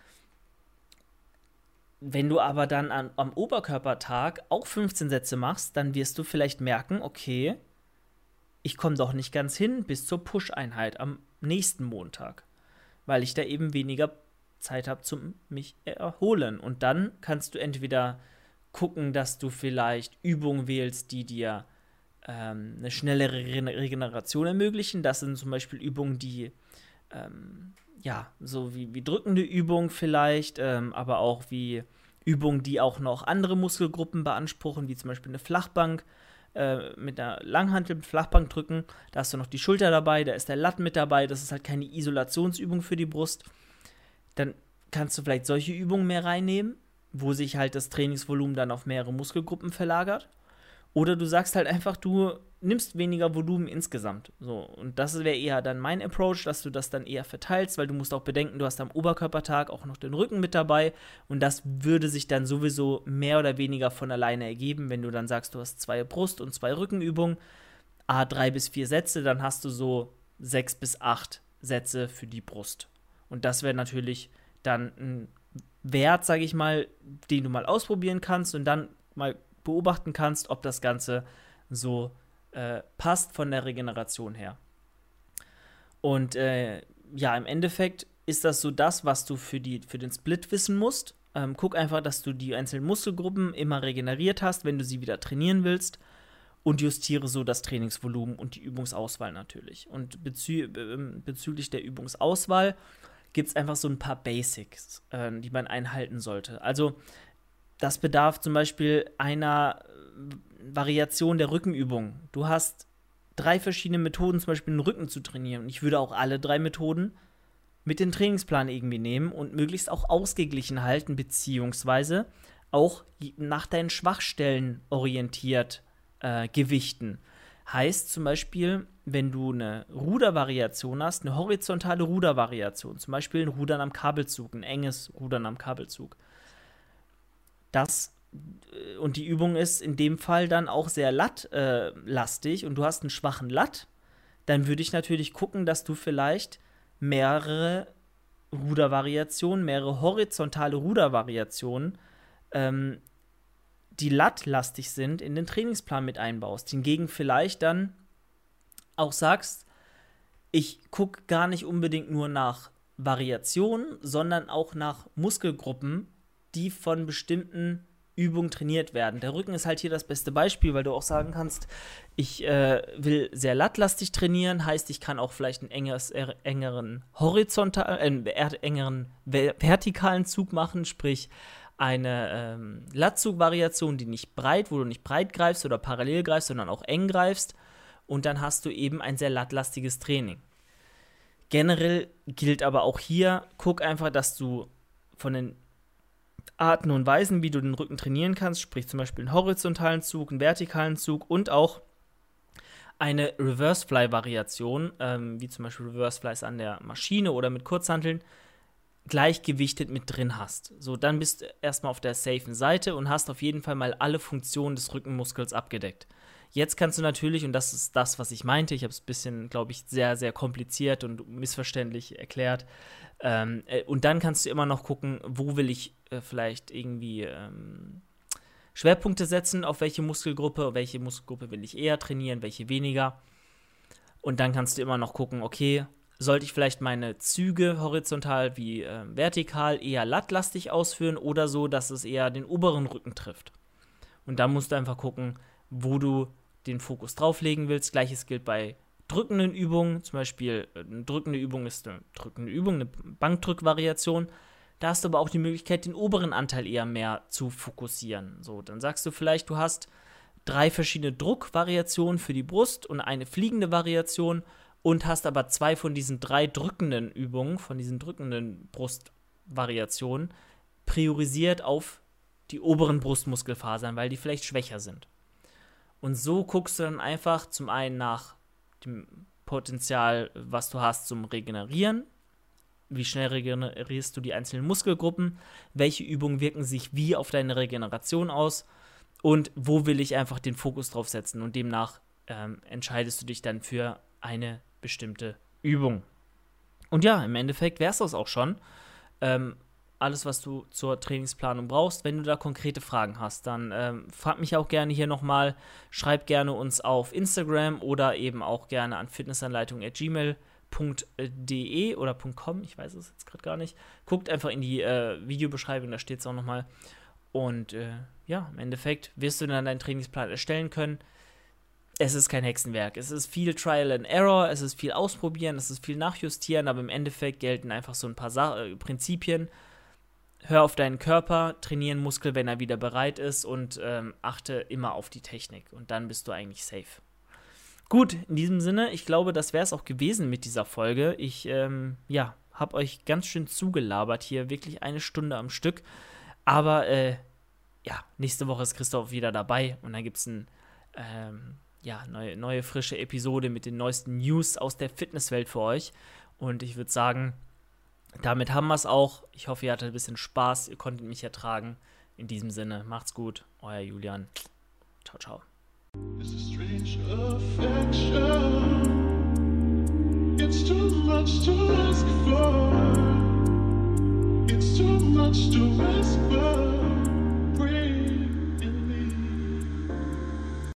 Wenn du aber dann an, am Oberkörpertag auch fünfzehn Sätze machst, dann wirst du vielleicht merken, okay, ich komme doch nicht ganz hin bis zur Push-Einheit am nächsten Montag, weil ich da eben weniger Zeit habe zum mich erholen. Und dann kannst du entweder gucken, dass du vielleicht Übungen wählst, die dir ähm, eine schnellere Regeneration ermöglichen. Das sind zum Beispiel Übungen, die ähm, ja, so wie, wie drückende Übungen vielleicht, ähm, aber auch wie Übungen, die auch noch andere Muskelgruppen beanspruchen, wie zum Beispiel eine Flachbank, äh, mit einer Langhantel mit Flachbank drücken. Da hast du noch die Schulter dabei, da ist der Lat mit dabei, das ist halt keine Isolationsübung für die Brust. Dann kannst du vielleicht solche Übungen mehr reinnehmen, wo sich halt das Trainingsvolumen dann auf mehrere Muskelgruppen verlagert. Oder du sagst halt einfach, du nimmst weniger Volumen insgesamt. So, und das wäre eher dann mein Approach, dass du das dann eher verteilst, weil du musst auch bedenken, du hast am Oberkörpertag auch noch den Rücken mit dabei und das würde sich dann sowieso mehr oder weniger von alleine ergeben, wenn du dann sagst, du hast zwei Brust- und zwei Rückenübungen, a drei bis vier Sätze, dann hast du so sechs bis acht Sätze für die Brust. Und das wäre natürlich dann ein Wert, sage ich mal, den du mal ausprobieren kannst und dann mal beobachten kannst, ob das Ganze so äh, passt von der Regeneration her. Und äh, ja, im Endeffekt ist das so das, was du für, die, für den Split wissen musst. Ähm, guck einfach, dass du die einzelnen Muskelgruppen immer regeneriert hast, wenn du sie wieder trainieren willst und justiere so das Trainingsvolumen und die Übungsauswahl natürlich. Und bezü- äh, bezüglich der Übungsauswahl gibt es einfach so ein paar Basics, äh, die man einhalten sollte. Also das bedarf zum Beispiel einer Variation der Rückenübung. Du hast drei verschiedene Methoden, zum Beispiel den Rücken zu trainieren. Und ich würde auch alle drei Methoden mit dem Trainingsplan irgendwie nehmen und möglichst auch ausgeglichen halten, beziehungsweise auch nach deinen Schwachstellen orientiert äh, gewichten. Heißt zum Beispiel, wenn du eine Rudervariation hast, eine horizontale Rudervariation, zum Beispiel ein Rudern am Kabelzug, ein enges Rudern am Kabelzug. Das und die Übung ist in dem Fall dann auch sehr lattlastig äh, und du hast einen schwachen Latt, dann würde ich natürlich gucken, dass du vielleicht mehrere Rudervariationen, mehrere horizontale Rudervariationen, ähm, die lattlastig sind, in den Trainingsplan mit einbaust. Hingegen vielleicht dann auch sagst, ich gucke gar nicht unbedingt nur nach Variationen, sondern auch nach Muskelgruppen, die von bestimmten Übungen trainiert werden. Der Rücken ist halt hier das beste Beispiel, weil du auch sagen kannst, ich äh, will sehr lattlastig trainieren, heißt, ich kann auch vielleicht einen engeres, äh, engeren horizontal, äh, engeren vertikalen Zug machen, sprich eine ähm, Lattzugvariation, die nicht breit, wo du nicht breit greifst oder parallel greifst, sondern auch eng greifst, und dann hast du eben ein sehr lattlastiges Training. Generell gilt aber auch hier, guck einfach, dass du von den Arten und Weisen, wie du den Rücken trainieren kannst, sprich zum Beispiel einen horizontalen Zug, einen vertikalen Zug und auch eine Reverse-Fly-Variation, ähm, wie zum Beispiel Reverse-Flies an der Maschine oder mit Kurzhanteln, gleichgewichtet mit drin hast. So, dann bist du erstmal auf der safen Seite und hast auf jeden Fall mal alle Funktionen des Rückenmuskels abgedeckt. Jetzt kannst du natürlich, und das ist das, was ich meinte, ich habe es ein bisschen, glaube ich, sehr, sehr kompliziert und missverständlich erklärt, ähm, äh, und dann kannst du immer noch gucken, wo will ich äh, vielleicht irgendwie ähm, Schwerpunkte setzen, auf welche Muskelgruppe, welche Muskelgruppe will ich eher trainieren, welche weniger. Und dann kannst du immer noch gucken, okay, sollte ich vielleicht meine Züge horizontal wie äh, vertikal eher lattlastig ausführen oder so, dass es eher den oberen Rücken trifft. Und da musst du einfach gucken, wo du den Fokus drauflegen willst. Gleiches gilt bei drückenden Übungen. Zum Beispiel eine drückende Übung ist eine drückende Übung, eine Bankdrückvariation. Da hast du aber auch die Möglichkeit, den oberen Anteil eher mehr zu fokussieren. So, dann sagst du vielleicht, du hast drei verschiedene Druckvariationen für die Brust und eine fliegende Variation und hast aber zwei von diesen drei drückenden Übungen, von diesen drückenden Brustvariationen, priorisiert auf die oberen Brustmuskelfasern, weil die vielleicht schwächer sind. Und so guckst du dann einfach zum einen nach dem Potenzial, was du hast zum Regenerieren. Wie schnell regenerierst du die einzelnen Muskelgruppen? Welche Übungen wirken sich wie auf deine Regeneration aus? Und wo will ich einfach den Fokus drauf setzen? Und demnach ähm, entscheidest du dich dann für eine bestimmte Übung. Und ja, im Endeffekt wäre es das auch schon. Ähm, alles, was du zur Trainingsplanung brauchst. Wenn du da konkrete Fragen hast, dann ähm, frag mich auch gerne hier nochmal. Schreib gerne uns auf Instagram oder eben auch gerne an fitnessanleitung at gmail punkt de oder .com, ich weiß es jetzt gerade gar nicht. Guckt einfach in die äh, Videobeschreibung, da steht es auch nochmal. Und äh, ja, im Endeffekt wirst du dann deinen Trainingsplan erstellen können. Es ist kein Hexenwerk. Es ist viel Trial and Error, es ist viel Ausprobieren, es ist viel Nachjustieren, aber im Endeffekt gelten einfach so ein paar Sa- äh, Prinzipien. Hör auf deinen Körper, trainiere einen Muskel, wenn er wieder bereit ist und ähm, achte immer auf die Technik. Und dann bist du eigentlich safe. Gut, in diesem Sinne, ich glaube, das wäre es auch gewesen mit dieser Folge. Ich, ähm, ja, habe euch ganz schön zugelabert hier, wirklich eine Stunde am Stück. Aber, äh, ja, nächste Woche ist Christoph wieder dabei und dann gibt es ein, ähm, ja, neue, neue, frische Episode mit den neuesten News aus der Fitnesswelt für euch. Und ich würde sagen, damit haben wir es auch. Ich hoffe, ihr hattet ein bisschen Spaß, ihr konntet mich ertragen. In diesem Sinne, macht's gut, euer Julian. Ciao, ciao. It's a strange affection. It's too much to ask for. It's too much to ask for.